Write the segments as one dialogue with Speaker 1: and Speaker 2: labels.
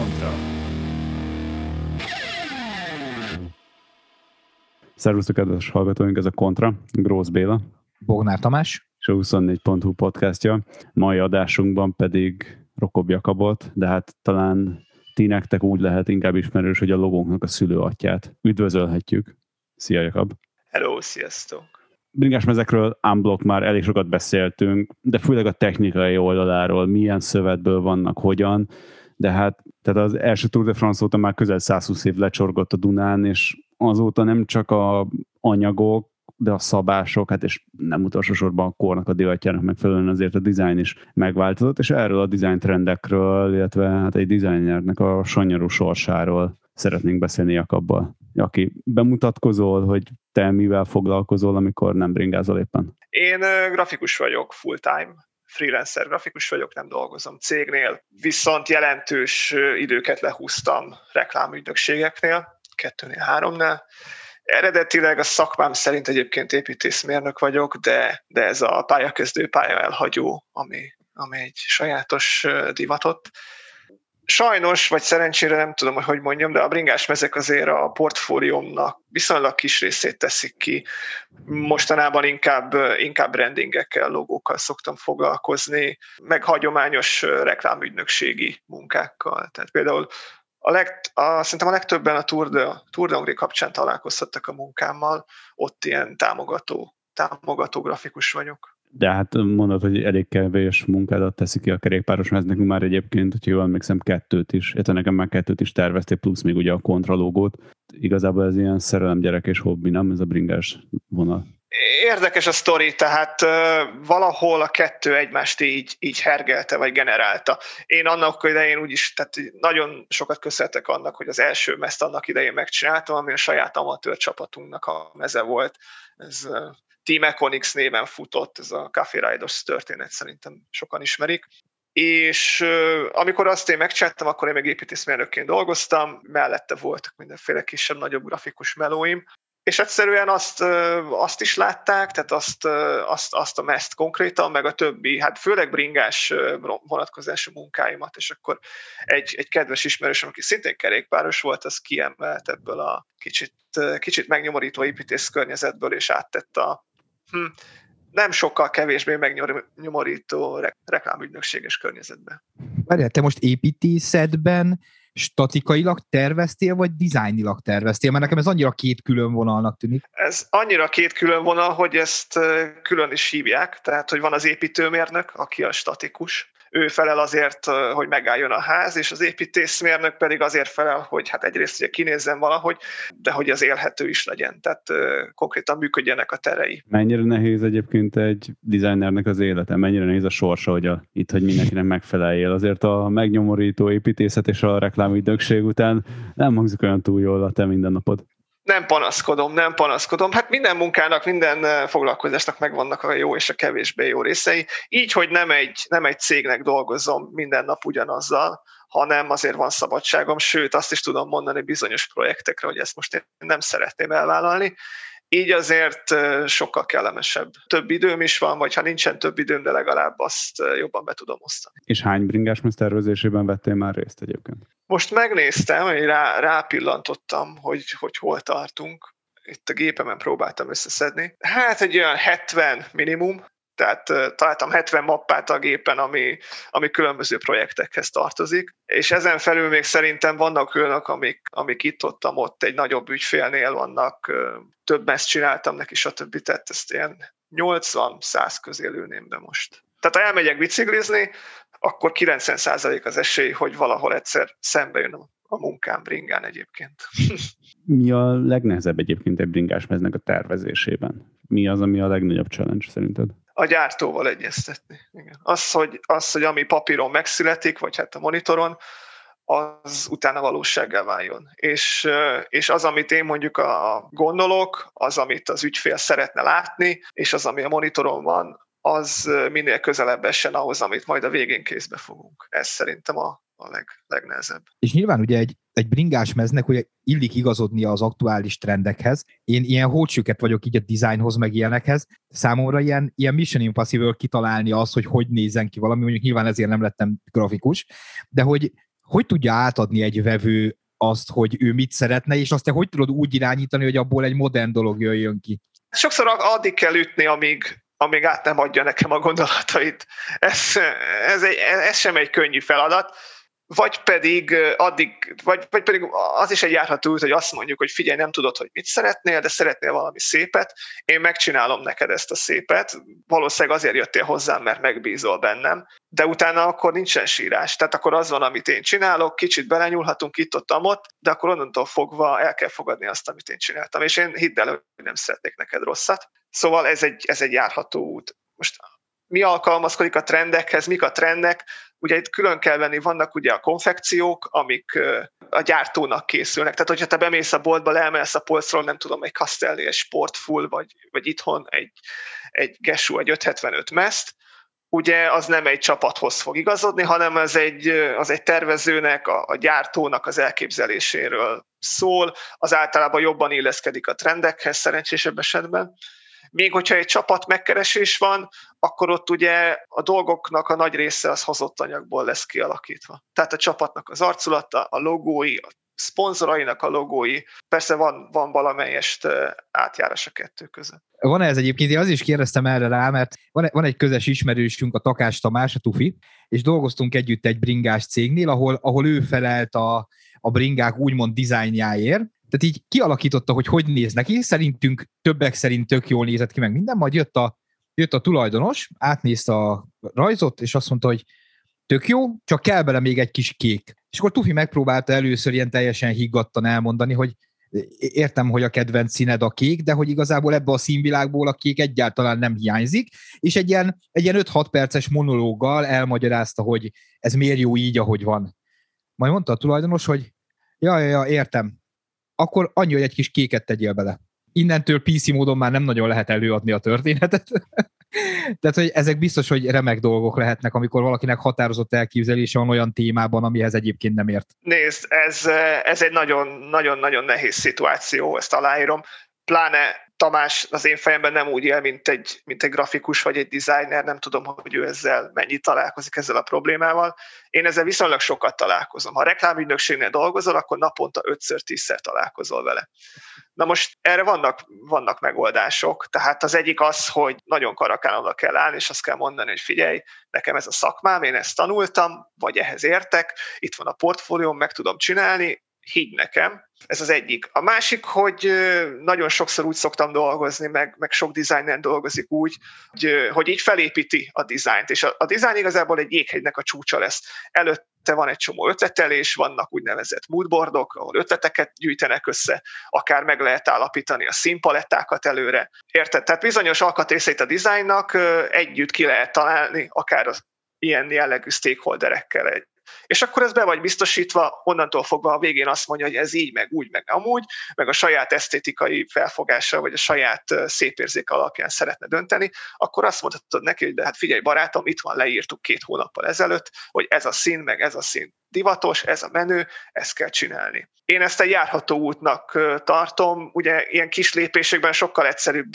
Speaker 1: Kontra.
Speaker 2: Szervusztok, kedves hallgatóink, ez a Kontra, Grósz Béla,
Speaker 3: Bognár Tamás,
Speaker 2: és a 24.hu podcastja. Mai adásunkban pedig Rokop Jakabot, de hát talán ti nektek úgy lehet inkább ismerős, hogy a logónknak a szülőatyját üdvözölhetjük. Szia, Jakab!
Speaker 4: Hello, sziasztok!
Speaker 2: Bringásmezekről unblock már elég sokat beszéltünk, de főleg a technikai oldaláról, milyen szövetből vannak, hogyan, de hát tehát az első Tour de France óta már közel 120 év lecsorgott a Dunán, és azóta nem csak a anyagok, de a szabások, hát és nem utolsó sorban a kornak, a divatjának megfelelően azért a dizájn is megváltozott, és erről a dizájn trendekről, illetve hát egy dizájnernek a sanyarú sorsáról szeretnénk beszélni Jakabbal. Jaki, bemutatkozol, hogy te mivel foglalkozol, amikor nem bringázol éppen?
Speaker 4: Én grafikus vagyok, full-time, freelancer grafikus vagyok, nem dolgozom cégnél, viszont jelentős időket lehúztam reklámügynökségeknél, 2-3-nál. Eredetileg a szakmám szerint egyébként építészmérnök vagyok, de ez a pályakezdő, pályaelhagyó, ami egy sajátos divatott. Sajnos, vagy szerencsére nem tudom, hogy mondjam, de a bringásmezek azért a portfóliómnak viszonylag kis részét teszik ki. Mostanában inkább brandingekkel, logókkal szoktam foglalkozni, meg hagyományos reklámügynökségi munkákkal. Tehát például szerintem a legtöbben a Tour de Hongrie kapcsán találkozhattak a munkámmal, ott ilyen támogató grafikus vagyok.
Speaker 2: De hát mondod, hogy elég kevés munkádat teszi ki a kerékpáros, mert nekünk már egyébként, hogyha jól emlékszem, 2 is, illetve nekem már 2 is tervezték, plusz még ugye a kontralógót. Igazából ez ilyen szerelemgyerek és hobbi, nem? Ez a bringás vonal.
Speaker 4: Érdekes a sztori, tehát valahol a 2 egymást így hergelte, vagy generálta. Én annak idején úgyis, tehát nagyon sokat köszönhetek annak, hogy az első mezt annak idején megcsináltam, ami a saját amatőr csapatunknak a meze volt. Ez Team Econics néven futott, ez a Café Riders történet, szerintem sokan ismerik. És amikor azt én megcsináltam, akkor én még építészmérnökként dolgoztam, mellette voltak mindenféle kisebb-nagyobb grafikus melóim, és egyszerűen azt is látták, tehát azt a mezt konkrétan, meg a többi, hát főleg bringás vonatkozású munkáimat, és akkor egy kedves ismerősöm, aki szintén kerékpáros volt, az kiemelt ebből a kicsit megnyomorító építész környezetből, és áttett a nem sokkal kevésbé megnyomorító reklámügynökséges környezetbe.
Speaker 3: Várjál, te most építészetben statikailag terveztél, vagy dizájnilag terveztél? Mert nekem ez annyira 2 külön vonalnak tűnik.
Speaker 4: Ez annyira 2 külön vonal, hogy ezt külön is hívják, tehát hogy van az építőmérnök, aki a statikus. Ő felel azért, hogy megálljon a ház, és az építészmérnök pedig azért felel, hogy hát egyrészt ugye kinézzen valahogy, de hogy az élhető is legyen, tehát konkrétan működjenek a terei.
Speaker 2: Mennyire nehéz egyébként egy designernek az élete? Mennyire nehéz a sorsa, hogy hogy mindenkinek megfeleljél? Azért a megnyomorító építészet és a reklámügynökség után nem hangzik olyan túl jól a te mindennapod.
Speaker 4: Nem panaszkodom. Hát minden munkának, minden foglalkozásnak megvannak a jó és a kevésbé jó részei. Így, hogy nem egy cégnek dolgozom minden nap ugyanazzal, hanem azért van szabadságom, sőt azt is tudom mondani bizonyos projektekre, hogy ezt most én nem szeretném elvállalni. Így azért sokkal kellemesebb. Több időm is van, vagy ha nincsen több időm, de legalább azt jobban be tudom osztani.
Speaker 2: És hány bringásmez tervezésében vettél már részt egyébként?
Speaker 4: Most megnéztem, hogy rápillantottam, hogy hol tartunk. Itt a gépemen próbáltam összeszedni. Hát egy olyan 70 minimum, tehát találtam 70 mappát a gépen, ami különböző projektekhez tartozik, és ezen felül még szerintem vannak olyanok, amik itt-ott egy nagyobb ügyfélnél vannak, több mezt csináltam neki, stb. Tehát ezt ilyen 80-100 közé lőném be most. Tehát ha elmegyek biciklizni, akkor 90% az esély, hogy valahol egyszer szembe jön a munkám bringán egyébként.
Speaker 2: Mi a legnehezebb egyébként egy bringásmeznek a tervezésében? Mi az, ami a legnagyobb challenge szerinted?
Speaker 4: A gyártóval egyeztetni. Igen. Az, hogy ami papíron megszületik, vagy hát a monitoron, az utána valósággá váljon. És az, amit én mondjuk gondolok, az, amit az ügyfél szeretne látni, és az, ami a monitoron van, az minél közelebb essen ahhoz, amit majd a végén kézbe fogunk. Ez szerintem a legnehezebb.
Speaker 3: És nyilván ugye egy bringás meznek ugye illik igazodnia az aktuális trendekhez. Én ilyen hócsüket vagyok így a designhoz, meg ilyenekhez. Számomra ilyen Mission Impossible kitalálni az, hogy nézzen ki valami, mondjuk nyilván ezért nem lettem grafikus, de hogy hogy tudja átadni egy vevő azt, hogy ő mit szeretne, és azt te hogy tudod úgy irányítani, hogy abból egy modern dolog jöjjön ki?
Speaker 4: Sokszor addig kell ütni, amíg át nem adja nekem a gondolatait. Ez sem egy könnyű feladat. Vagy pedig az is egy járható út, hogy azt mondjuk, hogy figyelj, nem tudod, hogy mit szeretnél, de szeretnél valami szépet, én megcsinálom neked ezt a szépet, valószínűleg azért jöttél hozzám, mert megbízol bennem, de utána akkor nincsen sírás, tehát akkor az van, amit én csinálok, kicsit belenyúlhatunk itt-ott, de akkor onnantól fogva el kell fogadni azt, amit én csináltam, és én hidd el, hogy nem szeretnék neked rosszat. Szóval ez egy járható út. Most mi alkalmazkodik a trendekhez, mik a trendek? Ugye itt külön kell venni, vannak ugye a konfekciók, amik a gyártónak készülnek. Tehát, hogyha te bemész a boltba, leemelsz a polcról, nem tudom, egy Castelli, egy Sportfull, vagy itthon egy Geshu, egy 575 meszt, ugye az nem egy csapathoz fog igazodni, hanem az egy tervezőnek, a gyártónak az elképzeléséről szól, az általában jobban illeszkedik a trendekhez szerencsésebb esetben. Még hogyha egy csapat megkeresés van, akkor ott ugye a dolgoknak a nagy része az hozott anyagból lesz kialakítva. Tehát a csapatnak az arculata, a logói, a szponzorainak a logói, persze van valamelyest átjárás a kettő között.
Speaker 3: Van ez egyébként, én azért is kérdeztem erre rá, mert van egy közös ismerősünk, a Takás Tamás, a Tufi, és dolgoztunk együtt egy bringás cégnél, ahol ő felelt a bringák úgymond dizájnjáért. Tehát így kialakította, hogy néz neki, szerintünk többek szerint tök jól nézett ki meg minden, majd jött a tulajdonos, átnézte a rajzot, és azt mondta, hogy tök jó, csak kell bele még egy kis kék. És akkor Tufi megpróbálta először ilyen teljesen higgadtan elmondani, hogy értem, hogy a kedvenc színed a kék, de hogy igazából ebbe a színvilágból a kék egyáltalán nem hiányzik, és egy ilyen 5-6 perces monológgal elmagyarázta, hogy ez miért jó így, ahogy van. Majd mondta a tulajdonos, hogy ja, értem. Akkor annyi, hogy egy kis kéket tegyél bele. Innentől PC módon már nem nagyon lehet előadni a történetet. Tehát, hogy ezek biztos, hogy remek dolgok lehetnek, amikor valakinek határozott elképzelése van olyan témában, amihez egyébként nem ért.
Speaker 4: Nézd, ez egy nagyon-nagyon nehéz szituáció, ezt aláírom. Pláne Tamás az én fejemben nem úgy él, mint egy grafikus vagy egy designer, nem tudom, hogy ő ezzel mennyit találkozik ezzel a problémával. Én ezzel viszonylag sokat találkozom. Ha a reklámügynökségnél dolgozol, akkor naponta 5-10-szer találkozol vele. Na most erre vannak megoldások, tehát az egyik az, hogy nagyon karakánodra kell állni, és azt kell mondani, hogy figyelj, nekem ez a szakmám, én ezt tanultam, vagy ehhez értek, itt van a portfólióm, meg tudom csinálni, higgy nekem. Ez az egyik. A másik, hogy nagyon sokszor úgy szoktam dolgozni, meg sok designer dolgozik úgy, hogy így felépíti a dizájnt, és a dizájn igazából egy jéghegynek a csúcsa lesz. Előtte van egy csomó ötletelés, vannak úgynevezett moodboardok, ahol ötleteket gyűjtenek össze, akár meg lehet állapítani a színpalettákat előre. Érted? Tehát bizonyos alkatrészeit a dizájnnak együtt ki lehet találni, akár az ilyen jellegű stakeholderekkel és akkor ez be vagy biztosítva, onnantól fogva a végén azt mondja, hogy ez így, meg úgy, meg amúgy, meg a saját esztétikai felfogása, vagy a saját szépérzék alapján szeretne dönteni, akkor azt mondhatod neki, hogy de hát figyelj barátom, itt van, leírtuk 2 hónappal ezelőtt, hogy ez a szín, meg ez a szín divatos, ez a menő, ezt kell csinálni. Én ezt egy járható útnak tartom, ugye ilyen kis lépésekben sokkal egyszerűbb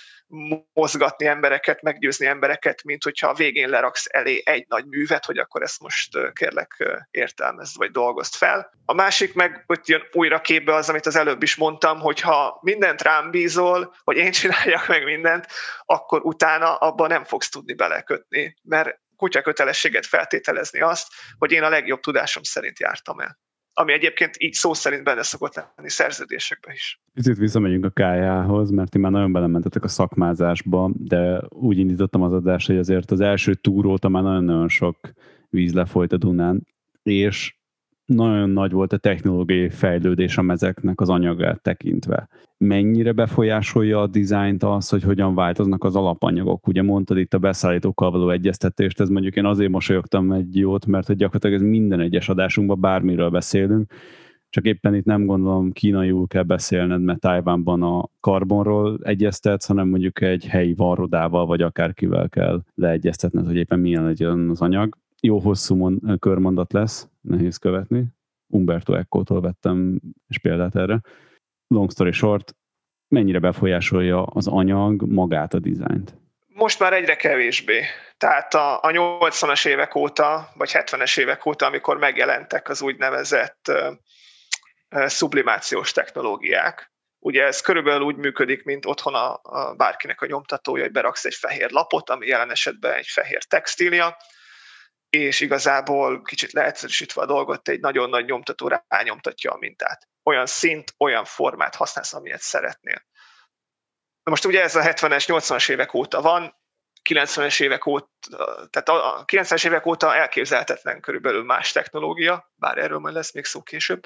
Speaker 4: mozgatni embereket, meggyőzni embereket, mint hogyha a végén leraksz elé egy nagy művet, hogy akkor ezt most kérlek értelmezd, vagy dolgozd fel. A másik meg ott jön újra képbe az, amit az előbb is mondtam, hogy ha mindent rám bízol, hogy én csináljak meg mindent, akkor utána abban nem fogsz tudni belekötni, mert kutya kötelességet feltételezni azt, hogy én a legjobb tudásom szerint jártam el. Ami egyébként így szó szerint benne szokott lenni szerződésekben is.
Speaker 2: Picit visszamegyünk a Kájához, mert ti már nagyon belementetek a szakmázásba, de úgy indítottam az adást, hogy azért az első túr óta már nagyon-nagyon sok víz lefolyt a Dunán, és nagyon nagy volt a technológiai fejlődés a mezeknek az anyagát tekintve. Mennyire befolyásolja a dizájnt az, hogy hogyan változnak az alapanyagok? Ugye mondtad itt a beszállítókkal való egyeztetést, ez mondjuk én azért mosolyogtam egy jót, mert hogy gyakorlatilag ez minden egyes adásunkban bármiről beszélünk, csak éppen itt nem gondolom kínaiul kell beszélned, mert Tajvánban a karbonról egyeztetsz, hanem mondjuk egy helyi varrodával, vagy akárkivel kell leegyeztetned, hogy éppen milyen legyen az anyag. Jó hosszú körmondat lesz, nehéz követni. Umberto Eco-tól vettem és példát erre. Long story short, mennyire befolyásolja az anyag magát a dizájnt?
Speaker 4: Most már egyre kevésbé. Tehát a 80-as évek óta, vagy 70-es évek óta, amikor megjelentek az úgynevezett sublimációs technológiák. Ugye ez körülbelül úgy működik, mint otthon a bárkinek a nyomtatója, hogy beraksz egy fehér lapot, ami jelen esetben egy fehér textília, és igazából kicsit leegyszerűsítve a dolgot, egy nagyon nagy nyomtató rányomtatja a mintát. Olyan szint, olyan formát használsz, amilyet szeretnél. Na most ugye ez a 70-es, 80-as évek óta van, 90-es évek óta, tehát a 90-es évek óta elképzelhetetlen körülbelül más technológia, bár erről majd lesz még szó később.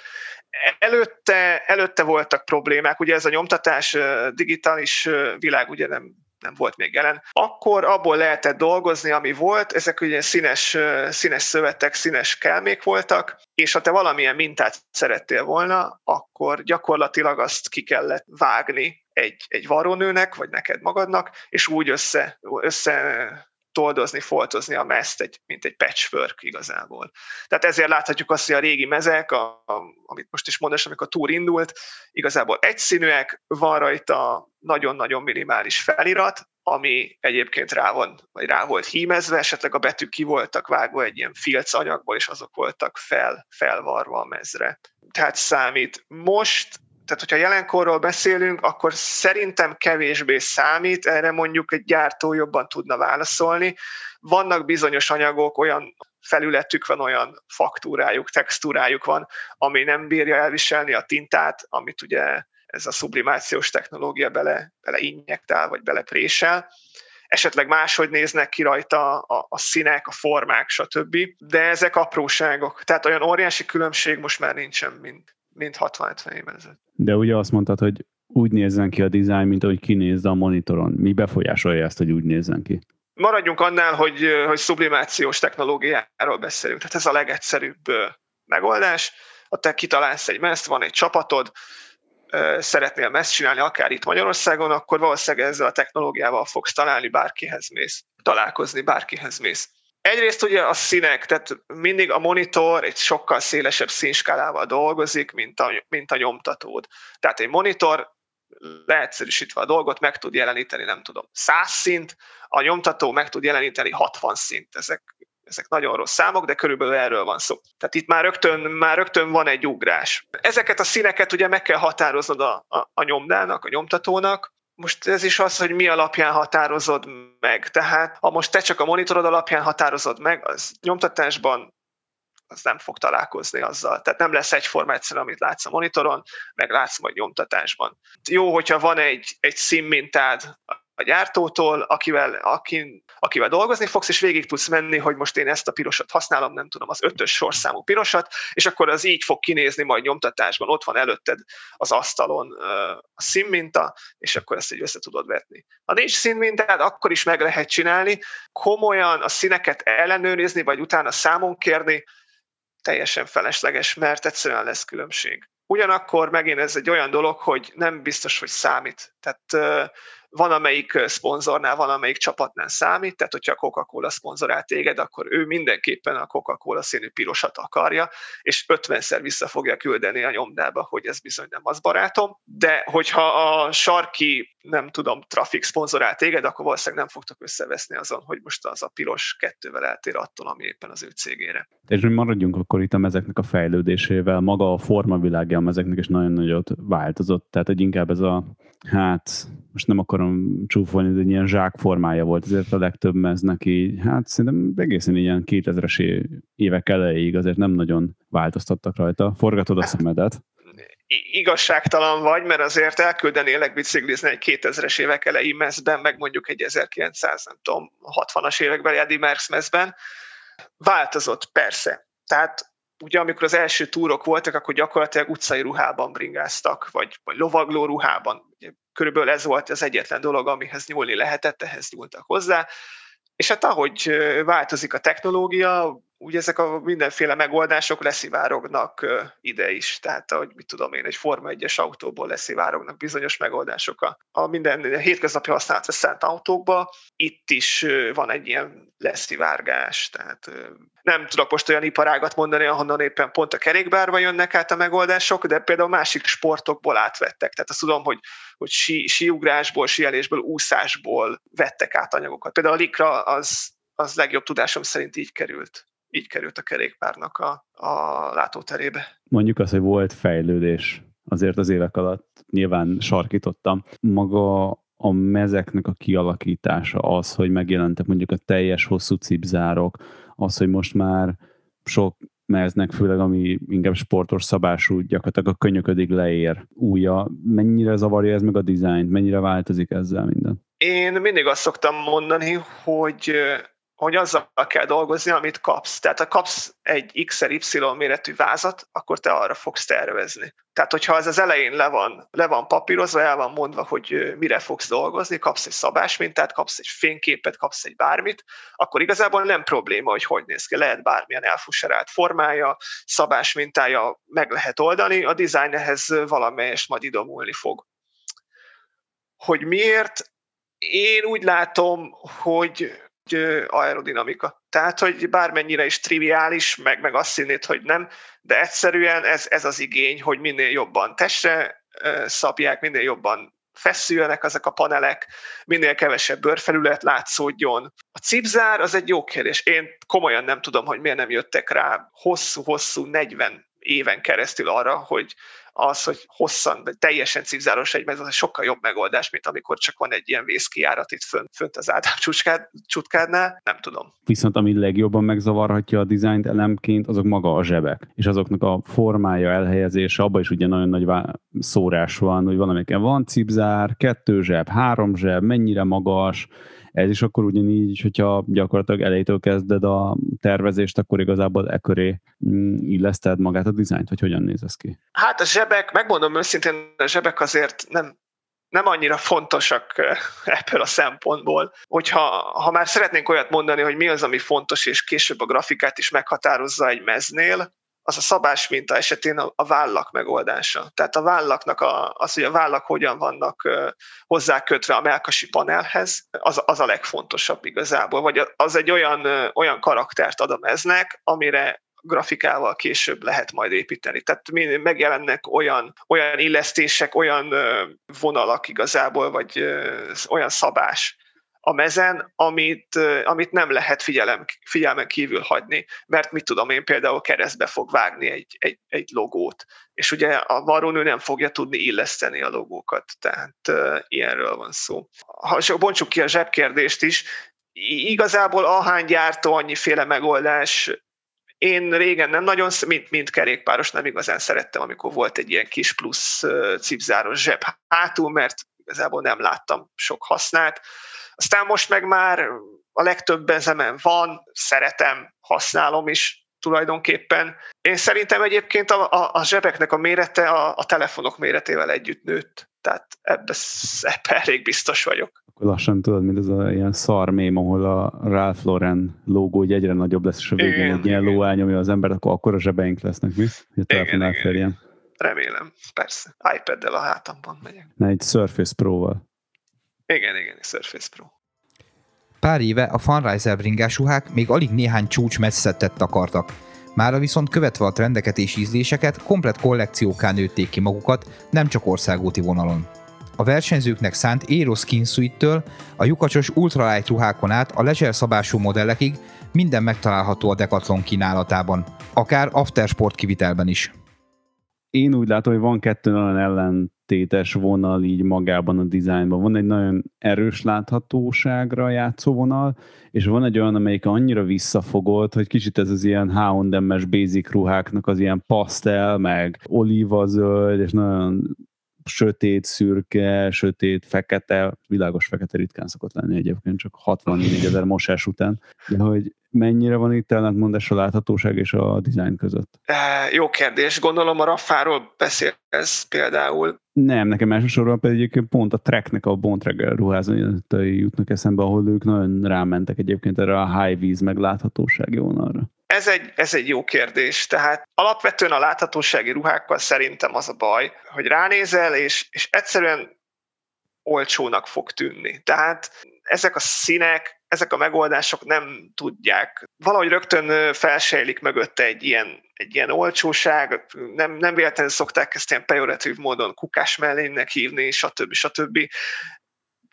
Speaker 4: Előtte voltak problémák, ugye ez a nyomtatás, digitális világ ugye nem volt még jelen. Akkor abból lehetett dolgozni, ami volt, ezek ugye színes szövetek, színes kelmék voltak, és ha te valamilyen mintát szerettél volna, akkor gyakorlatilag azt ki kellett vágni egy varrónőnek, vagy neked magadnak, és úgy össze toldozni, foltozni a mezt, mint egy patchwork igazából. Tehát ezért láthatjuk azt, hogy a régi mezek, amit most is mondasz, amikor a túr indult, igazából egyszínűek, van rajta nagyon-nagyon minimális felirat, ami egyébként rá volt hímezve, esetleg a betűk ki voltak vágva egy ilyen filc anyagból, és azok voltak felvarva a mezre. Tehát számít. Most, tehát hogyha jelenkorról beszélünk, akkor szerintem kevésbé számít, erre mondjuk egy gyártó jobban tudna válaszolni. Vannak bizonyos anyagok, olyan felületük van, olyan faktúrájuk, textúrájuk van, ami nem bírja elviselni a tintát, amit ugye ez a sublimációs technológia bele injektál, vagy beleprésel. Esetleg máshogy néznek ki rajta a színek, a formák, stb. De ezek apróságok. Tehát olyan óriási különbség most már nincsen, mint 60-70 évvel ezelőtt.
Speaker 2: De ugye azt mondtad, hogy úgy nézzen ki a dizájn, mint ahogy kinézze a monitoron. Mi befolyásolja ezt, hogy úgy nézzen ki?
Speaker 4: Maradjunk annál, hogy sublimációs technológiáról beszélünk. Tehát ez a legegyszerűbb megoldás. Ha te kitalálsz egy mezt, van egy csapatod, szeretnél mezt csinálni, akár itt Magyarországon, akkor valószínűleg ezzel a technológiával fogsz találkozni, bárkihez mész. Egyrészt ugye a színek, tehát mindig a monitor egy sokkal szélesebb színskálával dolgozik, mint a nyomtatód. Tehát egy monitor leegyszerűsítve a dolgot meg tud jeleníteni, 100 szint, a nyomtató meg tud jeleníteni 60 szint. Ezek nagyon rossz számok, de körülbelül erről van szó. Tehát itt már rögtön van egy ugrás. Ezeket a színeket ugye meg kell határoznod a nyomdának, a nyomtatónak. Most ez is az, hogy mi alapján határozod meg. Tehát ha most te csak a monitorod alapján határozod meg, az nyomtatásban az nem fog találkozni azzal. Tehát nem lesz egyforma egyszerűen, amit látsz a monitoron, meg látsz majd nyomtatásban. Jó, hogyha van egy színmintád a gyártótól, akivel dolgozni fogsz, és végig tudsz menni, hogy most én ezt a pirosat használom, az 5-ös sorszámú pirosat, és akkor az így fog kinézni majd nyomtatásban. Ott van előtted az asztalon a színminta, és akkor ezt így össze tudod vetni. Ha nincs színmintád, akkor is meg lehet csinálni. Komolyan a színeket ellenőrizni, vagy utána számon kérni, teljesen felesleges, mert egyszerűen lesz különbség. Ugyanakkor megint ez egy olyan dolog, hogy nem biztos, hogy számít. Tehát van, amelyik szponzornál, van, amelyik csapatnál számít, tehát hogyha a Coca-Cola szponzorál téged, akkor ő mindenképpen a Coca-Cola színű pirosat akarja, és 50-szer vissza fogja küldeni a nyomdába, hogy ez bizony nem az, barátom. De hogyha a sarki, trafik szponzorál téged, akkor valószínűleg nem fogtok összeveszni azon, hogy most az a piros 2-vel eltér attól, ami éppen az ő cégére.
Speaker 2: És mi maradjunk akkor itt a mezeknek a fejlődésével. Maga a formavilágja a mezeknek is nagyon nagyot változott, tehát hogy inkább ez most nem akarom csúfolni, de ilyen zsák formája volt azért a legtöbb meznek így, szerintem egészen ilyen 2000-es évek elejéig azért nem nagyon változtattak rajta. Forgatod a szemedet.
Speaker 4: Igazságtalan vagy, mert azért elküldenélek biciklizni egy 2000-es évek elejé mezben, meg mondjuk egy 1960-as évekbeli Eddy Merckx mezben. Változott, persze. Tehát ugye amikor az első túrok voltak, akkor gyakorlatilag utcai ruhában bringáztak, vagy lovagló ruhában. Ugye, körülbelül ez volt az egyetlen dolog, amihez nyúlni lehetett, ehhez nyúltak hozzá. És hát ahogy változik a technológia, ugye ezek a mindenféle megoldások leszivárognak ide is. Tehát, ahogy egy Forma 1-es autóból leszivárognak bizonyos megoldások a minden hétköznapi használatra szánt autókba. Itt is van egy ilyen leszivárgás. Tehát nem tudok most olyan iparágat mondani, ahonnan éppen pont a kerékbárba jönnek át a megoldások, de például másik sportokból átvettek. Tehát azt tudom, hogy síugrásból, síelésből, úszásból vettek át anyagokat. Például a Lycra az az legjobb tudásom szerint így került a kerékpárnak a látóterébe.
Speaker 2: Mondjuk azt, hogy volt fejlődés azért az évek alatt, nyilván sarkítottam. Maga a mezeknek a kialakítása, az, hogy megjelentek mondjuk a teljes hosszú cipzárok, az, hogy most már sok meznek, főleg ami inkább sportos szabású, gyakorlatilag a könyöködig leér újja. Mennyire zavarja ez meg a dizájnt? Mennyire változik ezzel minden?
Speaker 4: Én mindig azt szoktam mondani, hogy azzal kell dolgozni, amit kapsz. Tehát ha kapsz egy XY méretű vázat, akkor te arra fogsz tervezni. Tehát, hogyha ez az elején le van papírozva, el van mondva, hogy mire fogsz dolgozni, kapsz egy szabásmintát, kapsz egy fényképet, kapsz egy bármit, akkor igazából nem probléma, hogy néz ki. Lehet bármilyen elfuserált formája, szabásmintája, meg lehet oldani, a design ehhez valamelyest majd idomulni fog. Hogy miért? Én úgy látom, hogy aerodinamika. Tehát, hogy bármennyire is triviális, meg azt hinnéd, hogy nem, de egyszerűen ez az igény, hogy minél jobban testre szabják, minél jobban feszüljenek ezek a panelek, minél kevesebb bőrfelület látszódjon. A cipzár az egy jó kérdés. Én komolyan nem tudom, hogy miért nem jöttek rá hosszú 40 éven keresztül arra, hogy hosszan, vagy teljesen cipzáros egy mez, az egy sokkal jobb megoldás, mint amikor csak van egy ilyen vészkijárat itt fönt az Ádám csutkádnál. Nem tudom.
Speaker 2: Viszont ami legjobban megzavarhatja a dizájnt elemként, azok maga a zsebek. És azoknak a formája, elhelyezése, abban is ugye nagyon nagy szórás van, hogy valamiken van cipzár, 2 zseb, 3 zseb, mennyire magas. Ez is akkor ugyanígy, hogyha gyakorlatilag elejétől kezded a tervezést, akkor igazából eköré illeszted magát a dizájnt, vagy hogyan néz ez ki?
Speaker 4: Hát a zsebek, megmondom őszintén, a zsebek azért nem annyira fontosak ebből a szempontból, hogyha már szeretnénk olyat mondani, hogy mi az, ami fontos, és később a grafikát is meghatározza egy meznél, az a szabásminta esetén a vállak megoldása. Tehát a vállaknak az, hogy a vállak hogyan vannak hozzákötve a mellkasi panelhez, az a legfontosabb igazából. Vagy az egy olyan karaktert ad a meznek, amire grafikával később lehet majd építeni. Tehát megjelennek olyan illesztések, olyan vonalak igazából, vagy olyan szabás a mezen, amit nem lehet figyelmen kívül hagyni, mert mit tudom én, például keresztbe fog vágni egy logót, és ugye a varrónő nem fogja tudni illeszteni a logókat, tehát ilyenről van szó. Ha bontsuk ki a zsebkérdést is, igazából ahány gyártó, annyiféle megoldás. Én régen nem nagyon, mint kerékpáros nem igazán szerettem, amikor volt egy ilyen kis plusz cipzáros zseb hátul, mert igazából nem láttam sok hasznát. Aztán most meg már a legtöbb benzemen van, szeretem, használom is tulajdonképpen. Én szerintem egyébként a zsebeknek a mérete a telefonok méretével együtt nőtt. Tehát ebben elég biztos vagyok.
Speaker 2: Akkor lassan tudod, mint ez a ilyen szar mém, ahol a Ralph Lauren logó egy egyre nagyobb lesz, és a végén egy ilyen ló elnyomja az embert, akkor a zsebeink lesznek, mi? Hogy a telefon elférjen.
Speaker 4: Remélem, persze. iPad-del a hátamban megyek.
Speaker 2: Egy Surface Pro-val.
Speaker 4: Igen, egy Surface Pro.
Speaker 3: Pár éve a Funriser bringás ruhák még alig néhány csúcs messzettet takartak. Mára viszont követve a trendeket és ízléseket, komplett kollekciókká nőtték ki magukat, nem csak országúti vonalon. A versenyzőknek szánt Aero Skin Suite-től a lyukacsos ultralight ruhákon át a leisure szabású modellekig minden megtalálható a Decathlon kínálatában, akár aftersport kivitelben is.
Speaker 2: Én úgy látom, hogy van 2 nagyon ellentétes vonal így magában a dizájnban. Van egy nagyon erős láthatóságra játszó vonal, és van egy olyan, amelyik annyira visszafogott, hogy kicsit ez az ilyen H&M-es basic ruháknak az ilyen pasztel, meg olívazöld, és nagyon sötét, szürke, sötét, fekete, világos fekete ritkán szokott lenni egyébként, csak 64 000 mosás után. De hogy mennyire van itt ellentmondás a láthatóság és a dizájn között?
Speaker 4: Jó kérdés. Gondolom a Raffáról beszélsz például.
Speaker 2: Nem, nekem elsősorban pedig egyébként pont a Treknek a Bontrager ruházai jutnak eszembe, ahol ők nagyon rámentek egyébként erre a high vis meg láthatósági vonalra.
Speaker 4: Ez egy jó kérdés. Tehát alapvetően a láthatósági ruhákkal szerintem az a baj, hogy ránézel, és egyszerűen olcsónak fog tűnni. Tehát ezek a színek, ezek a megoldások nem tudják. Valahogy rögtön felsejlik mögötte egy ilyen olcsóság, nem véletlenül szokták ezt ilyen pejoratív módon kukás mellénynek hívni, stb.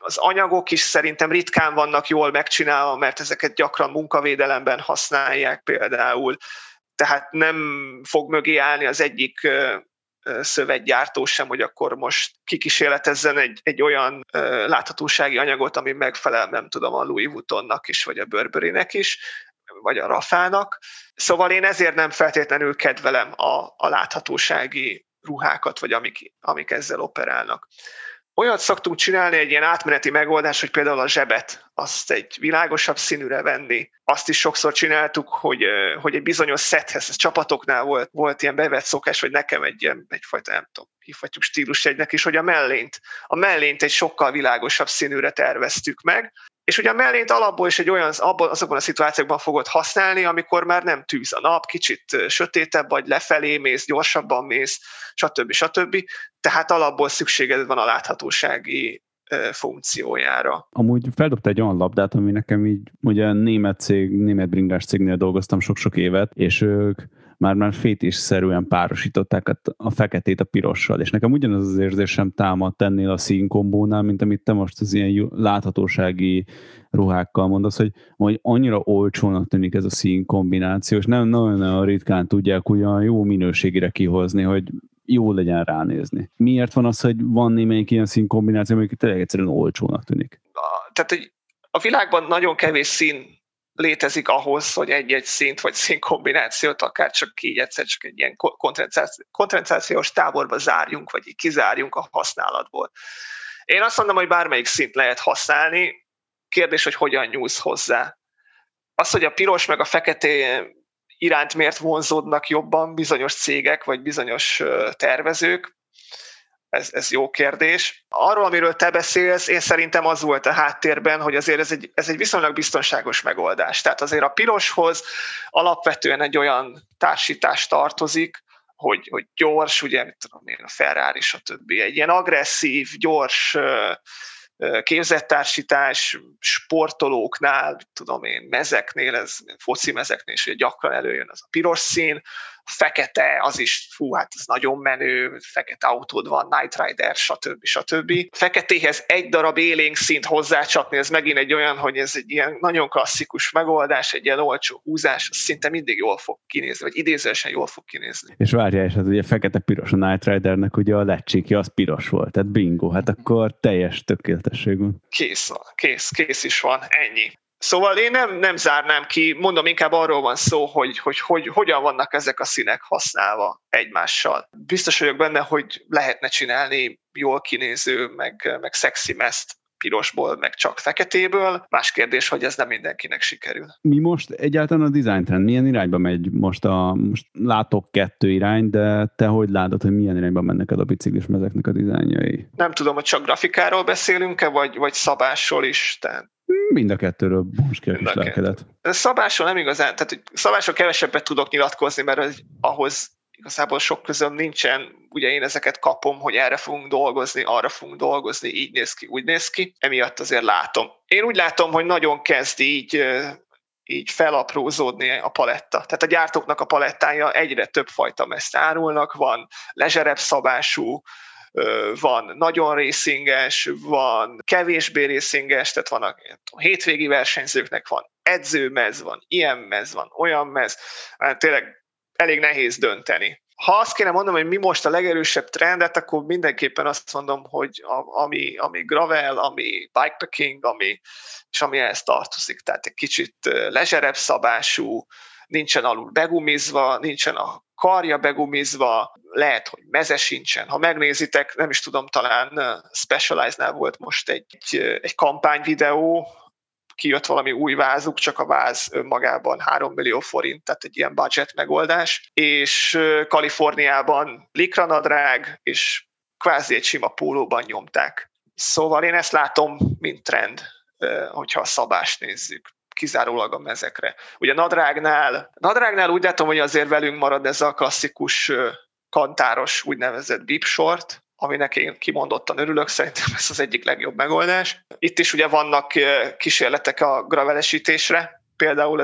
Speaker 4: Az anyagok is szerintem ritkán vannak jól megcsinálva, mert ezeket gyakran munkavédelemben használják például, tehát nem fog mögé állni az egyik szövetgyártó sem, hogy akkor most kikísérletezzen egy olyan láthatósági anyagot, ami megfelel, nem tudom, a Louis Vuittonnak is, vagy a Burberrynek is, vagy a Rafának. Szóval én ezért nem feltétlenül kedvelem a láthatósági ruhákat, vagy amik ezzel operálnak. Olyat szoktunk csinálni, egy ilyen átmeneti megoldás, hogy például a zsebet, azt egy világosabb színűre venni. Azt is sokszor csináltuk, hogy egy bizonyos szethez, ez csapatoknál volt ilyen bevett szokás, vagy nekem egyfajta, nem tudom, hívhatjuk stílusjegynek is, hogy a mellényt egy sokkal világosabb színűre terveztük meg, és ugye a mellényt alapból is azokban a szituációkban fogod használni, amikor már nem tűz a nap, kicsit sötétebb vagy, lefelé mész, gyorsabban mész, stb. Tehát alapból szükséged van a láthatósági funkciójára.
Speaker 2: Amúgy feldobta egy olyan labdát, ami nekem így, ugye német bringás cégnél dolgoztam sok-sok évet, és ők már fétisszerűen párosították a feketét a pirossal, és nekem ugyanaz az érzésem támadt ennél a színkombónál, mint amit te most az ilyen láthatósági ruhákkal mondasz, hogy annyira olcsónak tűnik ez a színkombináció, és nem nagyon ritkán tudják ugyan jó minőségére kihozni, hogy jó legyen ránézni. Miért van az, hogy van némelyik ilyen színkombináció, amelyik tényleg egyszerűen olcsónak tűnik?
Speaker 4: Tehát a világban nagyon kevés szín létezik ahhoz, hogy egy-egy színt vagy színkombinációt akár csak így egyszer csak egy ilyen koncentrációs táborba zárjunk, vagy így kizárjunk a használatból. Én azt mondom, hogy bármelyik színt lehet használni, kérdés, hogy hogyan nyúlsz hozzá. Az, hogy a piros meg a fekete iránt miért vonzódnak jobban bizonyos cégek, vagy bizonyos tervezők, ez jó kérdés. Arról, amiről te beszélsz, én szerintem az volt a háttérben, hogy azért ez egy viszonylag biztonságos megoldás. Tehát azért a piroshoz alapvetően egy olyan társítás tartozik, hogy gyors, ugye, mit tudom én, a Ferrari, stb. Egy ilyen agresszív, gyors képzettársítás sportolóknál, tudom én, mezeknél, foci mezeknél is gyakran előjön az a piros szín, a fekete, az is, hát ez nagyon menő, fekete autód van, Knight Rider, stb. Feketéhez egy darab élénk színt hozzácsapni, ez megint egy olyan, hogy ez egy ilyen nagyon klasszikus megoldás, egy ilyen olcsó húzás, az szinte mindig jól fog kinézni, vagy idézősen jól fog kinézni.
Speaker 2: És várjál, és hát ugye fekete-piros a Knight Ridernek ugye a lecséki az piros volt, tehát bingo, hát akkor teljes tökéletesség van.
Speaker 4: Kész is van, ennyi. Szóval én nem zárnám ki, mondom, inkább arról van szó, hogy hogyan vannak ezek a színek használva egymással. Biztos vagyok benne, hogy lehetne csinálni jól kinéző, meg szexi mezt pirosból, meg csak feketéből. Más kérdés, hogy ez nem mindenkinek sikerül.
Speaker 2: Mi most egyáltalán a design trend? Milyen irányba megy? Most látok 2 irány, de te hogy látod, hogy milyen irányba mennek el a biciklis mezeknek a dizájnjai?
Speaker 4: Nem tudom, hogy csak grafikáról beszélünk-e, vagy szabásról is, tehát
Speaker 2: mind a kettőről most ki a kis lelkedet.
Speaker 4: Szabásról nem igazán, tehát szabásról kevesebbet tudok nyilatkozni, mert ahhoz igazából sok közöm nincsen. Ugye én ezeket kapom, hogy erre fogunk dolgozni, arra fogunk dolgozni, így néz ki, úgy néz ki. Emiatt azért látom. Én úgy látom, hogy nagyon kezd így felaprózódni a paletta. Tehát a gyártóknak a palettája egyre több fajta mezt árulnak, van lezserebb szabású, van nagyon racinges, van kevésbé racinges, tehát van a hétvégi versenyzőknek van edzőmez, van ilyen mez, van olyan mez, hát tényleg elég nehéz dönteni. Ha azt kéne mondanom, hogy mi most a legerősebb trendet, akkor mindenképpen azt mondom, hogy ami gravel, ami bikepacking, és ami ehhez tartozik, tehát egy kicsit lezserebb szabású, nincsen alul begumizva, nincsen a karja begumizva, lehet, hogy meze sincsen. Ha megnézitek, nem is tudom, talán Specialized-nál volt most egy kampányvideó, kijött valami új vázuk, csak a váz önmagában 3 millió forint, tehát egy ilyen budget megoldás, és Kaliforniában likranadrág, és kvázi egy sima pólóban nyomták. Szóval én ezt látom, mint trend, hogyha a szabást nézzük, kizárólag a mezekre. Ugye nadrágnál úgy látom, hogy azért velünk marad ez a klasszikus kantáros úgynevezett bib short, aminek én kimondottan örülök, szerintem ez az egyik legjobb megoldás. Itt is ugye vannak kísérletek a gravelesítésre, például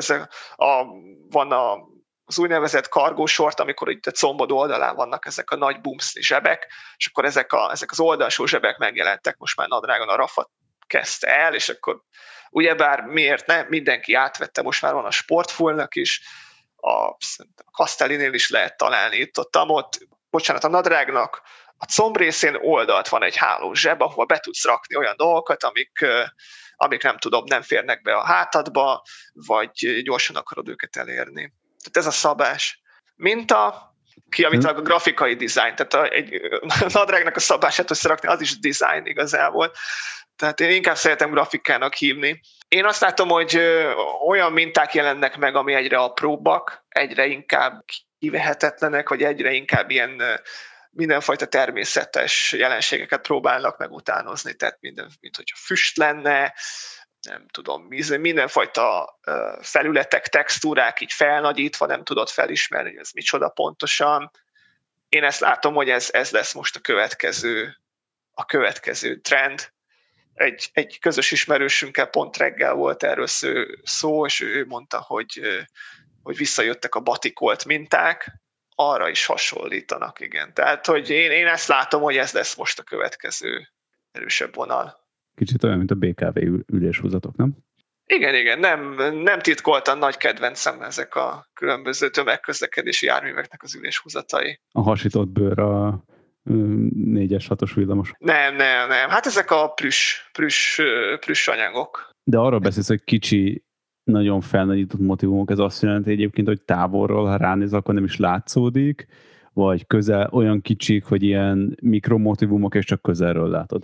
Speaker 4: van az úgynevezett cargo short, amikor itt a combod oldalán vannak ezek a nagy bumszli zsebek, és akkor ezek az oldalsó zsebek megjelentek most már nadrágon, a Rafa kezdte el, és akkor ugyebár miért ne, mindenki átvette, most már van a Sportfulnak is, a Castellinél is lehet találni itt-ott, bocsánat, a nadrágnak a combrészén oldalt van egy hálós zseb, ahol be tudsz rakni olyan dolgokat, amik nem tudom, nem férnek be a hátadba, vagy gyorsan akarod őket elérni. Tehát ez a szabás. Kiavítólag a grafikai dizájn, tehát egy nadrágnak a szabását összerakni, az is design igazából. Tehát én inkább szeretem grafikának hívni. Én azt látom, hogy olyan minták jelennek meg, ami egyre apróbbak, egyre inkább kivehetetlenek, vagy egyre inkább ilyen mindenfajta természetes jelenségeket próbálnak meg utánozni, tehát mint hogyha füst lenne, nem tudom, mindenfajta felületek, textúrák így felnagyítva, nem tudod felismerni, hogy ez micsoda pontosan. Én ezt látom, hogy ez lesz most a következő trend. Egy közös ismerősünkkel pont reggel volt erről szó, és ő mondta, hogy visszajöttek a batikolt minták, arra is hasonlítanak, igen. Tehát, hogy én ezt látom, hogy ez lesz most a következő erősebb vonal.
Speaker 2: Kicsit olyan, mint a BKV üléshúzatok, nem?
Speaker 4: Igen, nem titkoltan nagy kedvencem ezek a különböző tömegközlekedési járműveknek az üléshúzatai.
Speaker 2: A hasított bőr a 4-es, 6-os villamos.
Speaker 4: Nem. Hát ezek a plüss anyagok.
Speaker 2: De arra beszélsz, hogy kicsi, nagyon felnagyított motívumok, ez azt jelenti egyébként, hogy távolról, ha ránéz, akkor nem is látszódik, vagy közel olyan kicsik, hogy ilyen mikromotívumok, és csak közelről látod?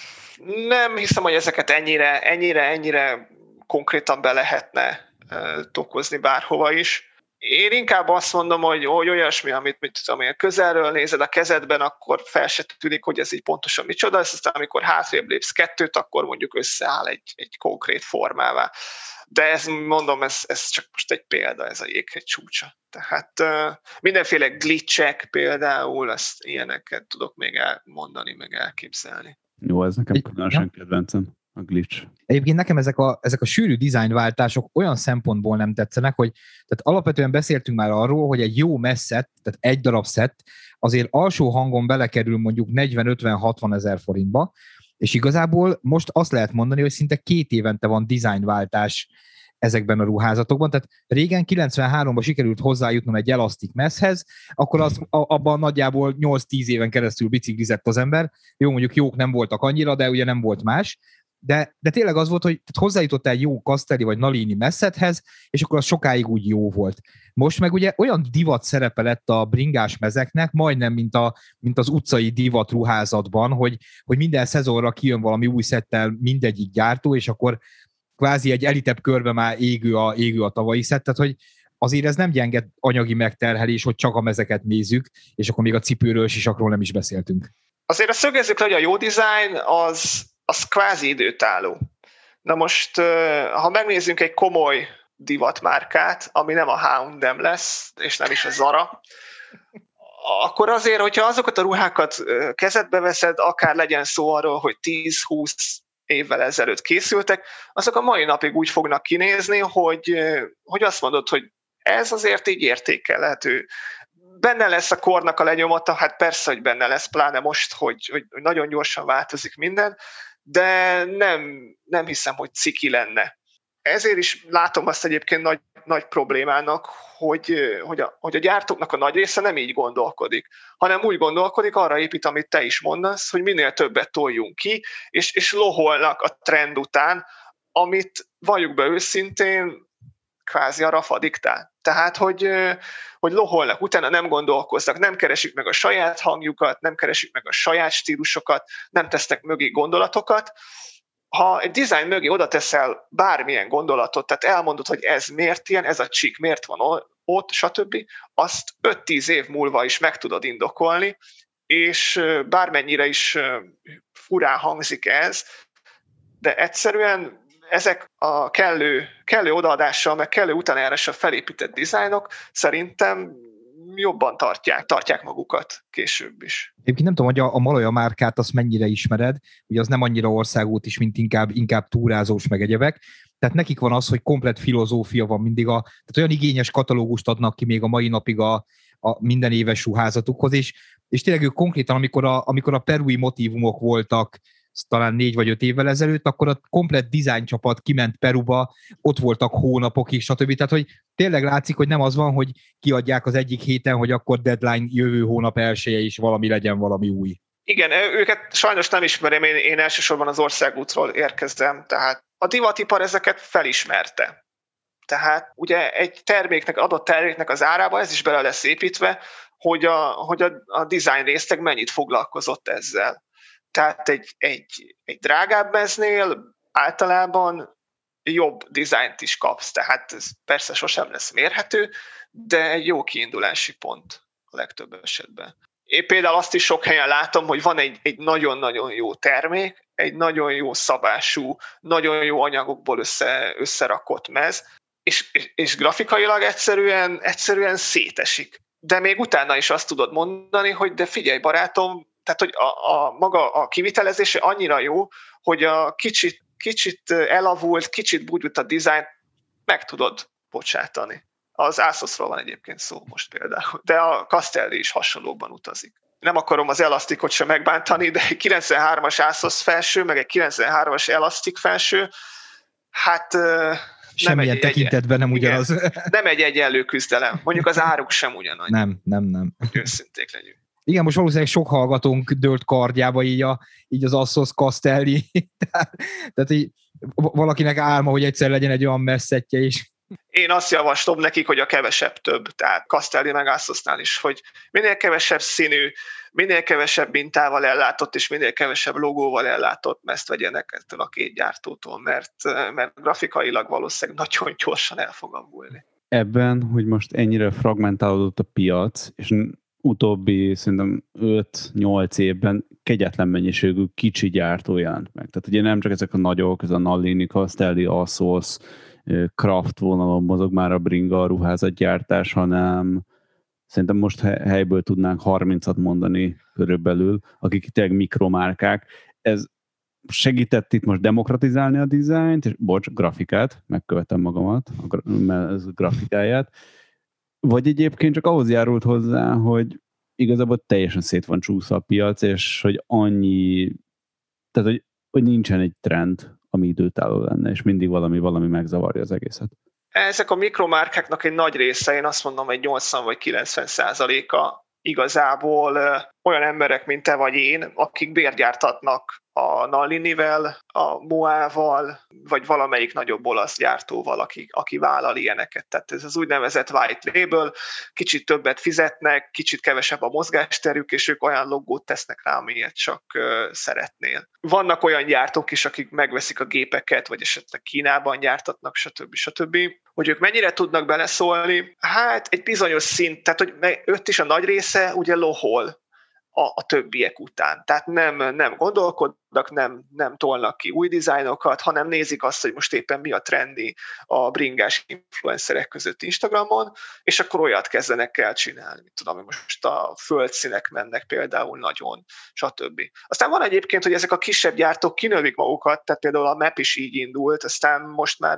Speaker 2: Nem
Speaker 4: hiszem, hogy ezeket ennyire konkrétan be lehetne tokozni bárhova is. Én inkább azt mondom, hogy olyasmi, amit közelről nézed a kezedben, akkor fel se tűnik, hogy ez így pontosan micsoda, aztán amikor hátrébb lépsz 2, akkor mondjuk összeáll egy konkrét formává. De ez csak most egy példa, ez a jéghegy csúcsa. Tehát mindenféle glitchek például, ilyeneket tudok még elmondani, meg elképzelni.
Speaker 2: Jó, ez nekem különösen kedvencem, a glitch.
Speaker 3: Egyébként nekem ezek a sűrű dizájnváltások olyan szempontból nem tetszenek, hogy tehát alapvetően beszéltünk már arról, hogy egy jó messzet, tehát egy darab szett, azért alsó hangon belekerül mondjuk 40-50-60 ezer forintba, és igazából most azt lehet mondani, hogy szinte 2 évente van dizájnváltás ezekben a ruházatokban. Tehát régen 93-ban sikerült hozzájutnom egy elasztik messzhez, akkor abban nagyjából 8-10 éven keresztül biciklizett az ember. Jó, mondjuk jók nem voltak annyira, de ugye nem volt más. De tényleg az volt, hogy tudjátottál egy jó Castelli vagy Nalini messzethez, és akkor az sokáig úgy jó volt. Most meg ugye olyan divat szerepe lett a bringás mezeknek, majdnem, mint az utcai divat ruházatban, hogy minden szezonra kijön valami új szettel mindegyik gyártó, és akkor kvázi egy elitebb körbe már égő a tavalyi szett, tehát hogy azért ez nem gyenge anyagi megterhelés, hogy csak a mezeket nézzük, és akkor még a cipőről, sisakról nem is beszéltünk.
Speaker 4: Azért a szögezzük le, hogy a jó dizájn az kvázi időtálló. Na most, ha megnézzünk egy komoly divatmárkát, ami nem a H&M lesz, és nem is a Zara, akkor azért, hogyha azokat a ruhákat kezedbe veszed, akár legyen szó arról, hogy 10-20 évvel ezelőtt készültek, azok a mai napig úgy fognak kinézni, hogy azt mondod, hogy ez azért így értékelhető. Benne lesz a kornak a lenyomata, hát persze, hogy benne lesz, pláne most, hogy nagyon gyorsan változik minden, de nem hiszem, hogy ciki lenne. Ezért is látom azt egyébként nagy problémának, hogy a gyártóknak a nagy része nem így gondolkodik, hanem úgy gondolkodik, arra épít, amit te is mondasz, hogy minél többet toljunk ki, és loholnak a trend után, amit valljuk be őszintén, kvázi a Rafa diktál. Tehát, hogy loholnak, utána nem gondolkoznak, nem keresik meg a saját hangjukat, nem keresik meg a saját stílusokat, nem tesznek mögé gondolatokat. Ha egy design mögé oda teszel bármilyen gondolatot, tehát elmondod, hogy ez miért ilyen, ez a csík miért van ott, stb., azt 5-10 év múlva is meg tudod indokolni, és bármennyire is furán hangzik ez, de egyszerűen ezek a kellő odaadással, meg kellő utánájárással felépített dizájnok szerintem jobban tartják magukat később is.
Speaker 3: Egyébként nem tudom, hogy a Maloja márkát azt mennyire ismered, ugye az nem annyira országút is, mint inkább túrázós meg egyebek. Tehát nekik van az, hogy komplett filozófia van mindig, tehát olyan igényes katalógust adnak ki még a mai napig a minden éves ruházatukhoz, és tényleg ők konkrétan, amikor a perui motívumok voltak talán 4 vagy 5 évvel ezelőtt, akkor a komplett design csapat kiment Peruba, ott voltak hónapokig, stb. Tehát, hogy tényleg látszik, hogy nem az van, hogy kiadják az egyik héten, hogy akkor deadline jövő hónap elsője is valami legyen, valami új.
Speaker 4: Igen, őket sajnos nem ismerem, én elsősorban az országútról érkeztem, tehát a divatipar ezeket felismerte. Tehát ugye egy adott terméknek az árába ez is bele lesz építve, hogy a design részleg mennyit foglalkozott ezzel. Tehát egy drágább meznél általában jobb dizájnt is kapsz, tehát ez persze sosem lesz mérhető, de egy jó kiindulási pont a legtöbb esetben. Én például azt is sok helyen látom, hogy van egy nagyon-nagyon jó termék, egy nagyon jó szabású, nagyon jó anyagokból összerakott mez, és grafikailag egyszerűen szétesik. De még utána is azt tudod mondani, hogy de figyelj barátom, tehát hogy maga a kivitelezése annyira jó, hogy a kicsit elavult, kicsit bújult a dizájn, meg tudod bocsátani. Az Asusról van egyébként szó most például, de a Castelli is hasonlóban utazik. Nem akarom az elasztikot sem megbántani, de egy 93-as Asus felső, meg egy 93-as elasztik felső, hát
Speaker 3: semmilyen tekintetben nem ugyanaz.
Speaker 4: Nem egy egyenlő küzdelem. Mondjuk az áruk sem ugyanannyi.
Speaker 3: Nem.
Speaker 4: Őszinték legyünk.
Speaker 3: Igen, most valószínűleg sok hallgatónk dőlt kardjába így az Asus Castelli. Tehát így valakinek álma, hogy egyszer legyen egy olyan messzetje is.
Speaker 4: Én azt javaslom nekik, hogy a kevesebb több, tehát Castelli meg Asusnál is, hogy minél kevesebb színű, minél kevesebb mintával ellátott, és minél kevesebb logóval ellátott mezt vegyenek ettől a két gyártótól, mert grafikailag valószínűleg nagyon gyorsan el fog avulni.
Speaker 2: Ebben, hogy most ennyire fragmentálódott a piac, és utóbbi szerintem 5-8 évben kegyetlen mennyiségű kicsi gyártó jelent meg. Tehát ugye nem csak ezek a nagyok, ez a Nalini, Castelli, Asus, Craft vonalon mozog már a bringa, a ruházatgyártás, hanem szerintem most helyből tudnánk 30-at mondani körülbelül, akik tényleg mikromárkák. Ez segített itt most demokratizálni a dizájnt, és grafikát, megkövetem magamat, ez a grafikáját, vagy egyébként csak ahhoz járult hozzá, hogy igazából teljesen szét van csúszva a piac, és hogy tehát hogy nincsen egy trend, ami időtálló lenne, és mindig valami megzavarja az egészet.
Speaker 4: Ezek a mikromárkáknak egy nagy része, én azt mondom, egy 80 vagy 90%-a igazából olyan emberek, mint te vagy én, akik bérgyártatnak a Nalinivel, a Moával, vagy valamelyik nagyobb olasz gyártóval, aki vállal ilyeneket. Tehát ez az úgynevezett white label, kicsit többet fizetnek, kicsit kevesebb a mozgásterük, és ők olyan logót tesznek rá, amilyet csak szeretnél. Vannak olyan gyártók is, akik megveszik a gépeket, vagy esetleg Kínában gyártatnak, stb. Hogy ők mennyire tudnak beleszólni? Hát egy bizonyos szint, tehát hogy őt is a nagy része ugye lohol a többiek után. Tehát nem gondolkodnak, nem tolnak ki új dizájnokat, hanem nézik azt, hogy most éppen mi a trendi a bringás influencerek között Instagramon, és akkor olyat kezdenek el csinálni. Tudom, most a földszínek mennek például nagyon, stb. Aztán van egyébként, hogy ezek a kisebb gyártók kinövik magukat, tehát például a Map is így indult, aztán most már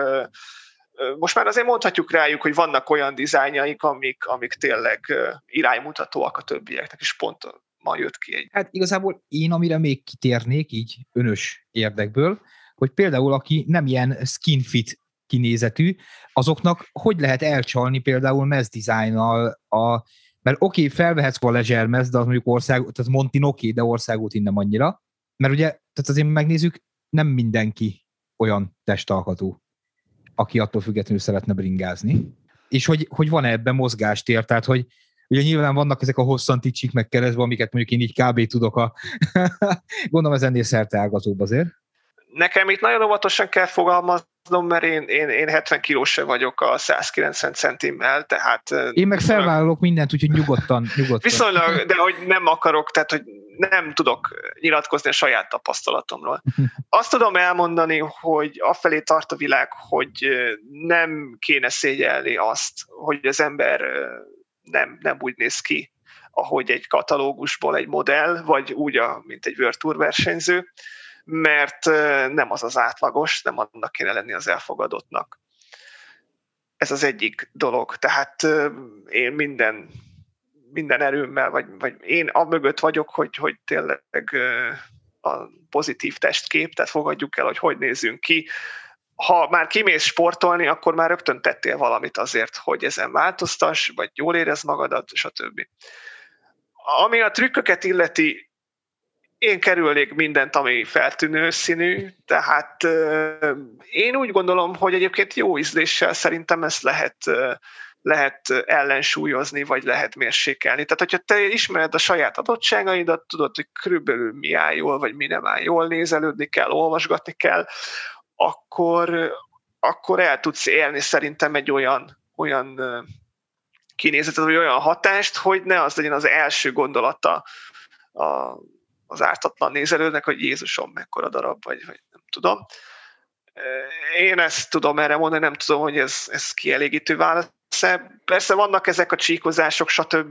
Speaker 4: azért mondhatjuk rájuk, hogy vannak olyan dizájnjaik, amik tényleg iránymutatóak a többieknek, és pont ma jött ki egy.
Speaker 3: Hát igazából én, amire még kitérnék így önös érdekből, hogy például aki nem ilyen skinfit kinézetű, azoknak hogy lehet elcsalni például mezdizájnnal mert oké, felvehetsz a leisure mez, de az mondjuk tehát Montin oké, de országútin nem annyira, mert ugye, tehát azért megnézzük, nem mindenki olyan testalkatú, aki attól függetlenül szeretne bringázni, és hogy van-e ebben mozgástér, tehát hogy ugye nyilván vannak ezek a hosszanticsik meg keresztbe, amiket mondjuk én így kb. Tudok gondolom ez ennél szerteágazóbb azért.
Speaker 4: Nekem itt nagyon óvatosan kell fogalmaznom, mert én 70 kilós se vagyok a 190 centimmel, tehát...
Speaker 3: Én meg felvállalok mindent, úgyhogy nyugodtan.
Speaker 4: Viszonylag, de hogy nem akarok, tehát hogy nem tudok nyilatkozni a saját tapasztalatomról. Azt tudom elmondani, hogy afelé tart a világ, hogy nem kéne szégyelni azt, hogy az ember nem úgy néz ki, ahogy egy katalógusból egy modell, vagy úgy, mint egy World Tour versenyző, mert nem az az átlagos, nem annak kéne lenni az elfogadottnak. Ez az egyik dolog. Tehát én minden erőmmel, vagy én amögött vagyok, hogy tényleg a pozitív testkép, tehát fogadjuk el, hogy nézzünk ki. Ha már kimész sportolni, akkor már rögtön tettél valamit azért, hogy ezen változtass, vagy jól érezd magadat, stb. Ami a trükköket illeti, én kerülnék mindent, ami feltűnő színű, tehát én úgy gondolom, hogy egyébként jó ízléssel szerintem ezt lehet ellensúlyozni, vagy lehet mérsékelni. Tehát, hogyha te ismered a saját adottságaidat, tudod, hogy körülbelül mi áll jól, vagy mi nem áll jól, nézelődni kell, olvasgatni kell, akkor el tudsz élni szerintem egy olyan kinézetet, vagy olyan hatást, hogy ne az legyen az első gondolata az ártatlan nézelődnek, hogy Jézusom, mekkora darab, vagy nem tudom. Én ezt tudom erre mondani, nem tudom, hogy ez kielégítő válasz. Persze vannak ezek a csíkozások, stb.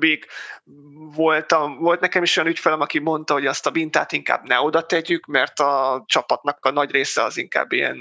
Speaker 4: Volt nekem is olyan ügyfelem, aki mondta, hogy azt a mintát inkább ne oda tegyük, mert a csapatnak a nagy része az inkább ilyen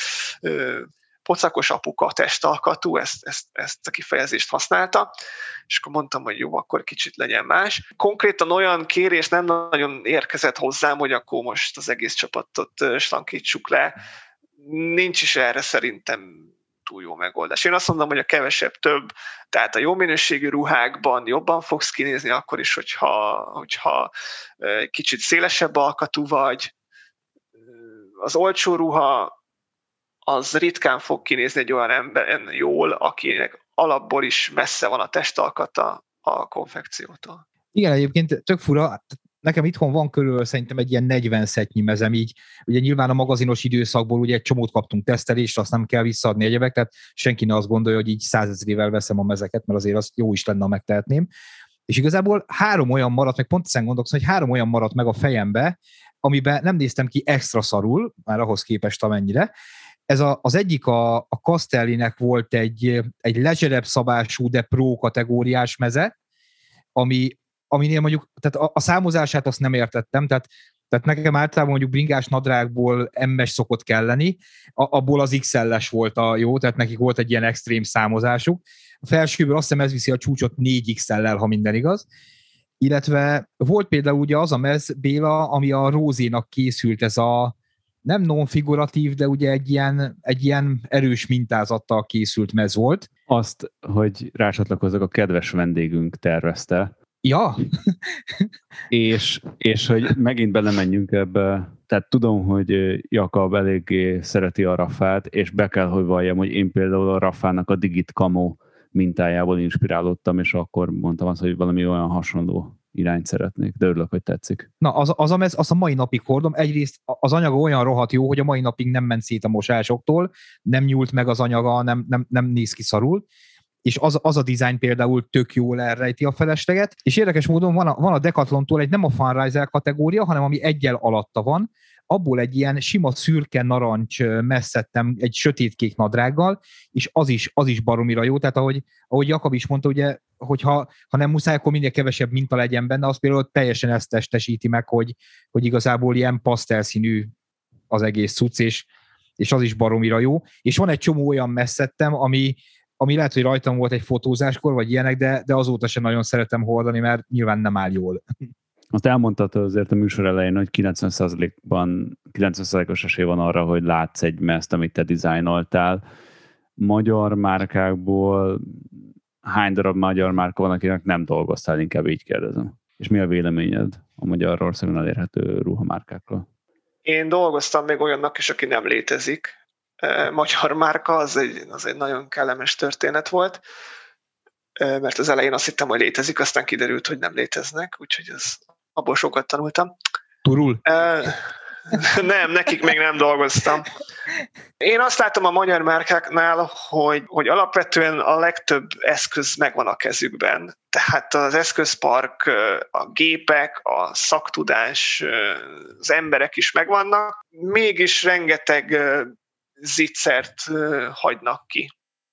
Speaker 4: pocakos apuka testalkatú, ezt a kifejezést használta, és akkor mondtam, hogy jó, akkor kicsit legyen más. Konkrétan olyan kérés nem nagyon érkezett hozzám, hogy akkor most az egész csapatot slankítsuk le. Nincs is erre szerintem túl jó megoldás. Én azt mondom, hogy a kevesebb több, tehát a jó minőségű ruhákban jobban fogsz kinézni, akkor is, hogyha kicsit szélesebb alkatú vagy. Az olcsó ruha az ritkán fog kinézni egy olyan emberen jól, akinek alapból is messze van a testalkata a konfekciótól.
Speaker 3: Igen, egyébként tök fura, nekem itthon van körül szerintem egy ilyen 40 szettnyi mezem így. Ugye nyilván a magazinos időszakból ugye egy csomót kaptunk tesztelésre, azt nem kell visszaadni egyebek, tehát senki ne azt gondolja, hogy így 100 000-ével veszem a mezeket, mert azért az jó is lenne, ha megtehetném. És igazából 3 olyan maradt, meg pont ezen gondolkozom, hogy 3 olyan maradt meg a fejembe, amiben nem néztem ki extra szarul, már ahhoz képest amennyire. Az egyik a Castellinek volt egy legerebb szabású, de pro kategóriás meze, aminél mondjuk, tehát a számozását azt nem értettem, tehát nekem általában mondjuk bringás nadrágból MS szokott kelleni, abból az XL-es volt a jó, tehát nekik volt egy ilyen extrém számozásuk. A felsőből azt hiszem ez viszi a csúcsot 4XL-lel, ha minden igaz. Illetve volt például ugye az a mez, Béla, ami a Rózénak készült, ez a nem non-figuratív, de ugye egy ilyen erős mintázattal készült mez volt.
Speaker 2: Azt, hogy rácsatlakozok, a kedves vendégünk tervezte.
Speaker 3: Ja.
Speaker 2: és hogy megint belemenjünk ebbe, tehát tudom, hogy Jakab eléggé szereti a Rafát, és be kell, hogy valljam, hogy én például a Rafának a Digit Camo mintájából inspirálódtam, és akkor mondtam azt, hogy valami olyan hasonló irányt szeretnék, de örülök, hogy tetszik.
Speaker 3: Na, az a mai napig hordom. Egyrészt az anyaga olyan rohadt jó, hogy a mai napig nem ment szét a mosásoktól, nem nyúlt meg az anyaga, nem néz ki szarul, és az a dizájn például tök jól elrejti a felesleget, és érdekes módon van a Decathlontól egy nem a Funriser kategória, hanem ami egyel alatta van, abból egy ilyen sima szürke narancs messzettem egy sötétkék nadrággal, és az is baromira jó, tehát ahogy Jakab is mondta, ugye, hogyha nem muszáj, akkor minél kevesebb minta legyen benne, az például teljesen ezt testesíti meg, hogy igazából ilyen pasztelszínű az egész cucc, és az is baromira jó. És van egy csomó olyan messzettem, ami lehet, hogy rajtam volt egy fotózáskor, vagy ilyenek, de azóta sem nagyon szeretem hordani, mert nyilván nem áll jól.
Speaker 2: Azt elmondtad azért a műsor elején, hogy 90%-os esély van arra, hogy látsz egy mezt, amit te dizájnoltál. Magyar márkákból hány darab magyar márka van, akinek nem dolgoztál, inkább így kérdezem. És mi a véleményed a Magyarországon elérhető ruhamárkákról?
Speaker 4: Én dolgoztam még olyannak is, aki nem létezik. Magyar márka, az egy nagyon kellemes történet volt, mert az elején azt hittem, hogy létezik, aztán kiderült, hogy nem léteznek, úgyhogy abból sokat tanultam.
Speaker 3: Turul?
Speaker 4: Nem, nekik még nem dolgoztam. Én azt látom a magyar márkáknál, hogy alapvetően a legtöbb eszköz megvan a kezükben. Tehát az eszközpark, a gépek, a szaktudás, az emberek is megvannak, mégis rengeteg zicsert hagynak ki.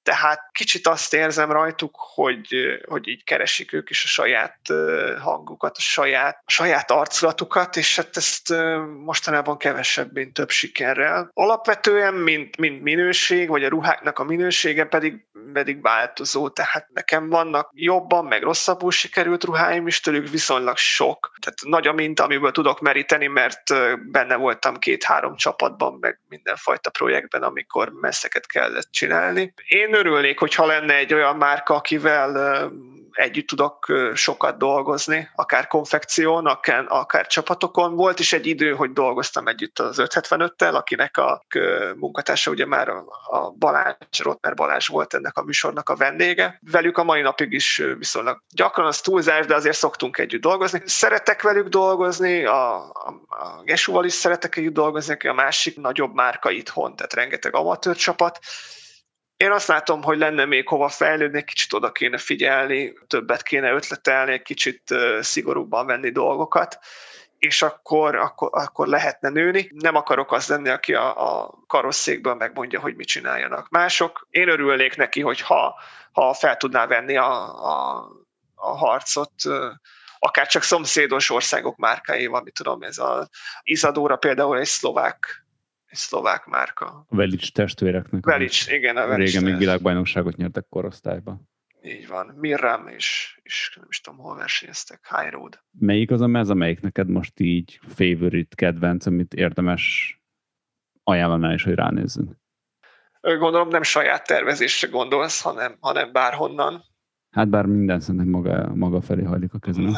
Speaker 4: Tehát kicsit azt érzem rajtuk, hogy így keresik ők is a saját hangukat, a saját arculatukat, és hát ezt mostanában kevesebb, mint több sikerrel. Alapvetően, mint minőség, vagy a ruháknak a minősége pedig változó, tehát nekem vannak jobban, meg rosszabbul sikerült ruháim is, tőlük viszonylag sok. Tehát nagy a minta, amiből tudok meríteni, mert benne voltam 2-3 csapatban, meg mindenfajta projektben, amikor messzeket kellett csinálni. Én örülnék, hogyha lenne egy olyan márka, akivel együtt tudok sokat dolgozni, akár konfekción, akár csapatokon. Volt is egy idő, hogy dolgoztam együtt az 575-tel, akinek a munkatársa ugye már a Balázs, Rotner Balázs volt ennek a műsornak a vendége. Velük a mai napig is viszonylag gyakran, az túlzás, de azért szoktunk együtt dolgozni. Szeretek velük dolgozni, a Gesúval is szeretek együtt dolgozni, aki a másik nagyobb márka itthon, tehát rengeteg amatőr csapat. Én azt látom, hogy lenne még hova fejlődni, kicsit oda kéne figyelni, többet kéne ötletelni, egy kicsit szigorúbban venni dolgokat, és akkor lehetne nőni. Nem akarok az lenni, aki a karosszékből megmondja, hogy mit csináljanak mások. Én örülnék neki, hogyha fel tudná venni a harcot, akár csak szomszédos országok márkáival, mit tudom, ez az Isadora például egy szlovák márka.
Speaker 2: A Velic testvéreknek.
Speaker 4: Velic, igen. A Velic
Speaker 2: régen még világbajnokságot nyertek korosztályban.
Speaker 4: Így van. Mirram és nem is tudom, hol versenyeztek. High Road.
Speaker 2: Melyik az a mez, amelyik neked most így favorite, kedvenc, amit érdemes ajánlanál is, hogy ránézzünk?
Speaker 4: Gondolom nem saját tervezésre gondolsz, hanem bárhonnan.
Speaker 2: Hát bár minden szerintem maga felé hajlik a kezem.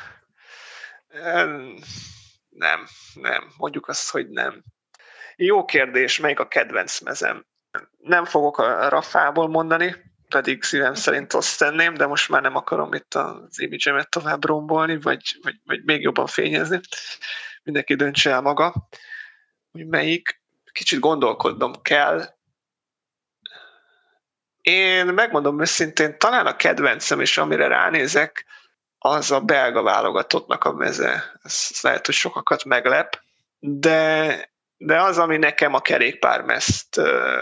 Speaker 4: Nem. Mondjuk azt, hogy nem. Jó kérdés, melyik a kedvenc mezem? Nem fogok a Rafából mondani, pedig szívem szerint azt tenném, de most már nem akarom itt az image-emet tovább rombolni, vagy még jobban fényezni. Mindenki döntse el maga, hogy melyik. Kicsit gondolkodnom kell. Én megmondom őszintén, talán a kedvencem, és amire ránézek, az a belga válogatottnak a meze. Ez lehet, hogy sokakat meglep, de az, ami nekem a kerékpármezt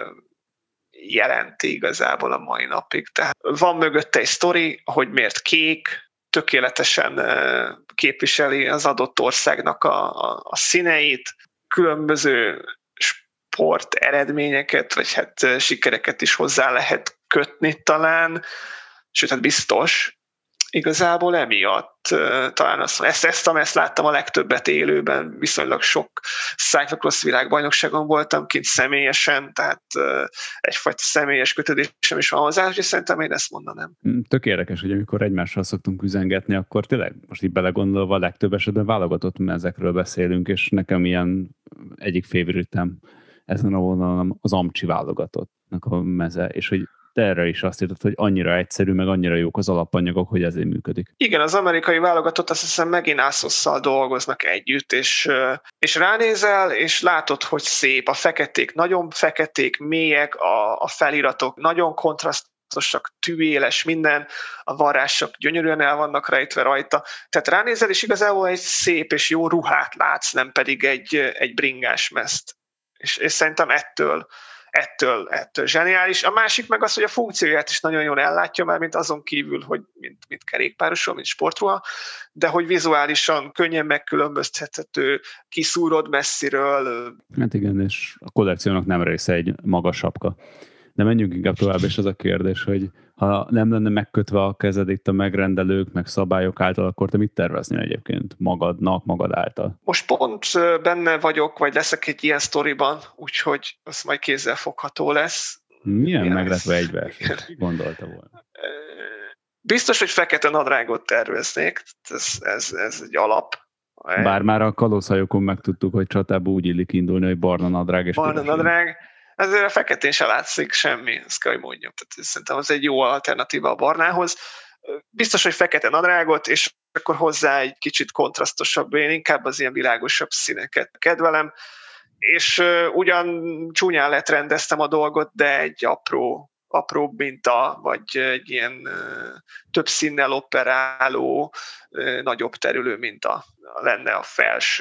Speaker 4: jelenti igazából a mai napig. Tehát van mögötte egy sztori, hogy miért kék, tökéletesen képviseli az adott országnak a színeit, különböző sport eredményeket, vagy hát sikereket is hozzá lehet kötni talán, sőt, hát biztos, igazából emiatt talán ezt láttam a legtöbbet élőben, viszonylag sok cyclocross világbajnokságon voltam kint személyesen, tehát egyfajta személyes kötődésem is van hozzá, és szerintem én ezt mondanám.
Speaker 2: Tök érdekes, hogy amikor egymással szoktunk üzengetni, akkor tényleg most így belegondolva a legtöbb esetben válogatott mezekről beszélünk, és nekem ilyen egyik favoritem ezen a vonalon az Amcsi válogatottnak a meze, és hogy te erre is azt írtad, hogy annyira egyszerű, meg annyira jók az alapanyagok, hogy ezért működik.
Speaker 4: Igen, az amerikai válogatott, azt hiszem megint Asosszal dolgoznak együtt, és ránézel, és látod, hogy szép. A feketék nagyon feketék, mélyek, a feliratok nagyon kontrasztosak, tűéles minden, a varrások gyönyörűen el vannak rejtve rajta. Tehát ránézel, és igazából egy szép és jó ruhát látsz, nem pedig egy bringás mezt. És szerintem ettől zseniális. A másik meg az, hogy a funkcióját is nagyon jól ellátja már, mint azon kívül, hogy mint kerékpárosról, mint sportruha, de hogy vizuálisan könnyen megkülönböztethető, kiszúrod messziről.
Speaker 2: Hát igen, és a kollekciónak nem része egy magas sapka. De menjünk inkább tovább, és az a kérdés, hogy ha nem lenne megkötve a kezed itt a megrendelők, meg szabályok által, akkor te mit terveznél egyébként magadnak, magad által?
Speaker 4: Most pont benne vagyok, vagy leszek egy ilyen sztoriban, úgyhogy az majd kézzel fogható lesz.
Speaker 2: Milyen meglepve egy verseny, gondolta volna?
Speaker 4: Biztos, hogy fekete nadrágot terveznék, ez egy alap.
Speaker 2: Bár már a kalózhajókon megtudtuk, hogy csatában úgy illik indulni, hogy barna nadrág és
Speaker 4: barna nadrág. Ezért a feketén se látszik semmi, ezt kell, hogy mondjam. Tehát szerintem az egy jó alternatíva a barnához. Biztos, hogy fekete nadrágot, és akkor hozzá egy kicsit kontrasztosabb, én inkább az ilyen világosabb színeket kedvelem, és ugyan csúnyán letrendeztem a dolgot, de egy apró minta, vagy egy ilyen több színnel operáló, nagyobb terülő minta lenne a felső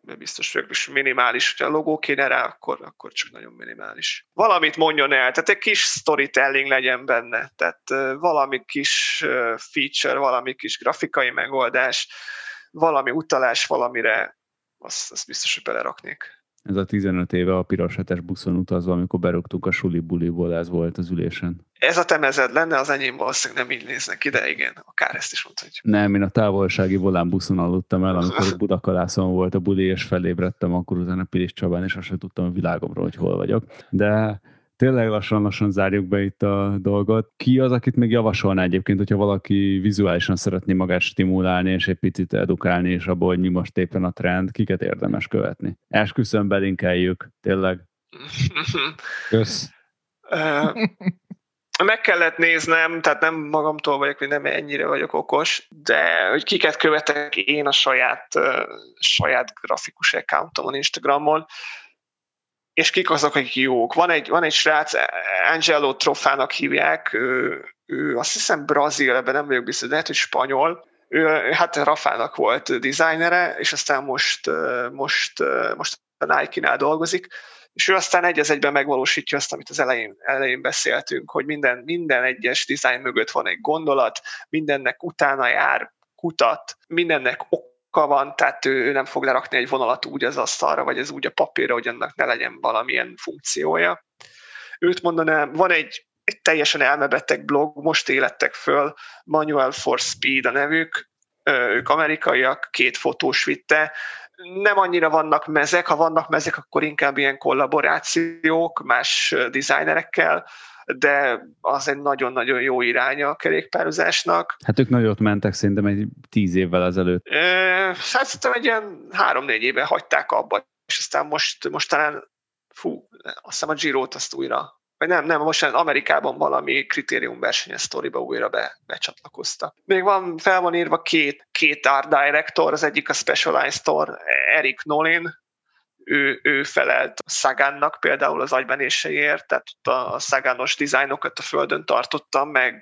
Speaker 4: biztos vagyok, és minimális, hogyha a logó kéne rá, akkor csak nagyon minimális. Valamit mondjon el, tehát egy kis storytelling legyen benne, tehát valami kis feature, valami kis grafikai megoldás, valami utalás valamire, azt biztos, hogy beleraknék.
Speaker 2: Ez a 15 éve a piros hetes buszon utazva, amikor berúgtunk a suli buliból, ez volt az ülésen.
Speaker 4: Ez a te mezed lenne, az enyém valószínűleg nem így néznek ki, de igen, akár ezt is mondhatjuk.
Speaker 2: Nem, én a távolsági volán buszon aludtam el, amikor Budakalászon volt a buli, és felébredtem akkor utána Pilis Csabán, és azt sem tudtam a világomról, hogy hol vagyok. De tényleg lassan zárjuk be itt a dolgot. Ki az, akit még javasolná egyébként, hogyha valaki vizuálisan szeretné magát stimulálni, és egy picit edukálni, és abból, hogy mi most éppen a trend, kiket érdemes követni? Esküszöm, belinkeljük, tényleg.
Speaker 3: Kösz.
Speaker 4: Meg kellett néznem, tehát nem magamtól vagyok, hogy nem ennyire vagyok okos, de hogy kiket követek én a saját grafikus accountomon Instagramon, és kik azok, akik jók. Van egy srác, Angelo Trofának hívják, ő azt hiszem brazil, ebben nem vagyok biztos, de lehet, hogy spanyol. Ő hát Rafának volt designere, és aztán most a Nike-nál dolgozik, és ő aztán egy az egyben megvalósítja azt, amit az elején beszéltünk, hogy minden egyes design mögött van egy gondolat, mindennek utána jár, kutat, mindennek oka van, tehát ő nem fog lerakni egy vonalat úgy az asztalra, vagy ez úgy a papírra, hogy annak ne legyen valamilyen funkciója. Őt mondanám, van egy teljesen elmebeteg blog, most élettek föl, Manual for Speed a nevük, ők amerikaiak, 2 fotós vitte, nem annyira vannak mezek, ha vannak mezek, akkor inkább ilyen kollaborációk más designerekkel, de az egy nagyon-nagyon jó iránya a kerékpározásnak.
Speaker 2: Hát ők nagyot mentek szerintem egy 10 évvel ezelőtt.
Speaker 4: Hát szerintem egy ilyen 3-4 éve hagyták abba, és aztán most talán, azt hiszem a Girót azt újra, vagy nem, most Amerikában valami kritériumversenyes sztoriba újra becsatlakoztak. Még fel van írva két art director, az egyik a Specialized Store, Eric Nolin, ő felelt a Sagannak például az agybenéseiért, tehát a Saganos dizájnokat a földön tartotta,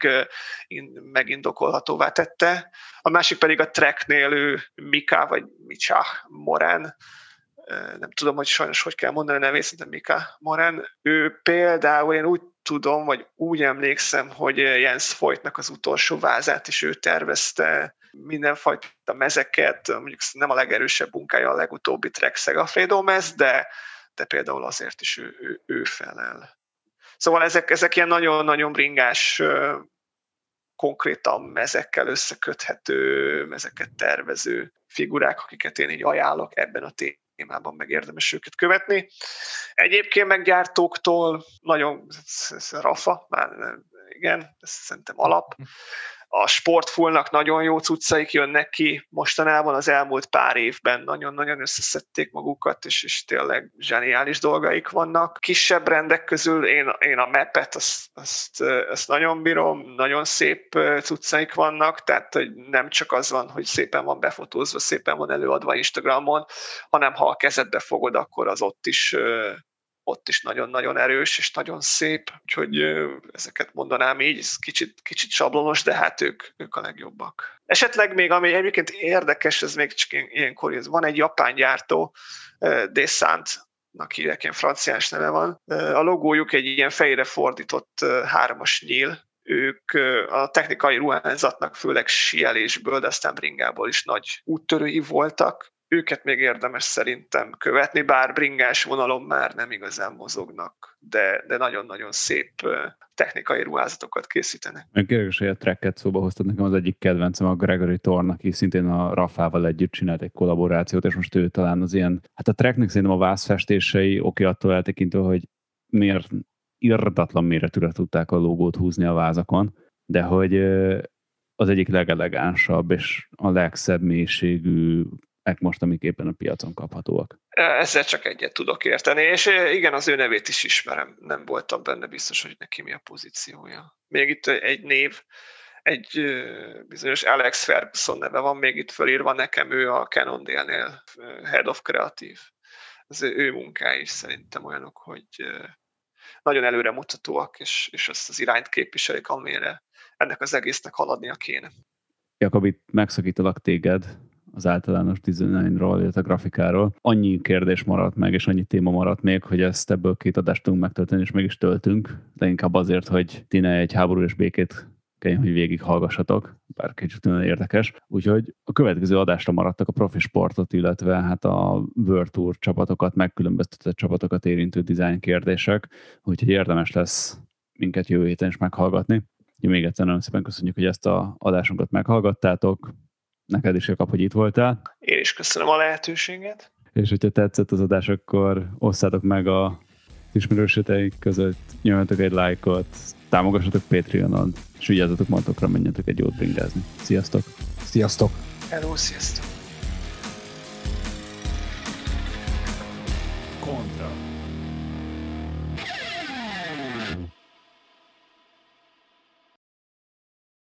Speaker 4: megindokolhatóvá tette. A másik pedig a Treknél ő Mika, vagy Micha Moran, nem tudom, hogy sajnos hogy kell mondani a nevét, szerintem Mika Moran. Ő például, én úgy tudom, vagy úgy emlékszem, hogy Jens Voigtnak az utolsó vázát is ő tervezte, mindenfajta mezeket, mondjuk nem a legerősebb munkája a legutóbbi Trek Segafredo mez, de például azért is ő felel. Szóval ezek ilyen nagyon-nagyon bringás, konkrétan mezekkel összeköthető, mezeket tervező figurák, akiket én így ajánlok ebben a témában, meg érdemes őket követni. Egyébként meg gyártóktól nagyon Rafa, már igen, ez szerintem alap. A Sportfulnak nagyon jó cuccaik jönnek ki mostanában, az elmúlt pár évben nagyon-nagyon összeszedték magukat, és tényleg zseniális dolgaik vannak. Kisebb rendek közül én a Mapet, azt nagyon bírom, nagyon szép cuccaik vannak, tehát hogy nem csak az van, hogy szépen van befotózva, szépen van előadva Instagramon, hanem ha a kezedbe fogod, akkor az ott is nagyon-nagyon erős és nagyon szép, úgyhogy ezeket mondanám így, ez kicsit sablonos, de hát ők a legjobbak. Esetleg még, ami egyébként érdekes, ez még csak ilyenkor, van egy japán gyártó, Descent-nak hívják, ilyen franciás neve van. A logójuk egy ilyen fejre fordított 3-as nyíl, ők a technikai ruházatnak főleg síelésből, de aztán bringából is nagy úttörői voltak. Őket még érdemes szerintem követni, bár bringás vonalon már nem igazán mozognak, de nagyon-nagyon szép technikai ruházatokat készítenek.
Speaker 2: Érdekes, hogy a Trek-et szóba hoztad, nekem az egyik kedvencem a Gregory Thorne, aki szintén a Rafával együtt csinált egy kollaborációt, és most ő talán az ilyen, hát a Treknek szerintem a vászfestései, attól eltekintve, hogy miért irdatlan méretűre tudták a logót húzni a vázakon, de hogy az egyik legelegánsabb és a legszebb mélységű most, amik éppen a piacon kaphatóak.
Speaker 4: Ezzel csak egyet tudok érteni, és igen, az ő nevét is ismerem, nem voltam benne biztos, hogy neki mi a pozíciója. Még itt egy név, egy bizonyos Alex Ferguson neve van még itt fölírva nekem, ő a Cannondale-nél Head of Creative. Az ő munkái is szerintem olyanok, hogy nagyon előremutatóak, és azt az irányt képviselik, amire ennek az egésznek haladnia kéne.
Speaker 2: Jakab, itt megszakítalak téged az általános designról, illetve a grafikáról. Annyi kérdés maradt meg, és annyi téma maradt még, hogy ezt ebből 2 adást tudunk megtölteni, és meg is töltünk, de inkább azért, hogy ti ne egy háború és békét kelljen, hogy végig hallgassatok, bár kicsit nagyon érdekes. Úgyhogy a következő adásra maradtak a profi sportot, illetve hát a World Tour csapatokat, megkülönböztetett csapatokat érintő design kérdések, úgyhogy érdemes lesz minket jövő héten is meghallgatni. Még egyszer nagyon szépen köszönjük, hogy ezt az adásunkat meghallgattátok. Neked is, Jakab, hogy itt voltál.
Speaker 4: Én is köszönöm a lehetőséget.
Speaker 2: És hogyha tetszett az adás, akkor osszátok meg a ismerősöteik között, nyomjatok egy lájkot, támogassatok Patreonon, és vigyázzatok magatokra, menjetek egy jót bringázni. Sziasztok!
Speaker 3: Sziasztok!
Speaker 4: Hello, sziasztok!
Speaker 2: Kontra.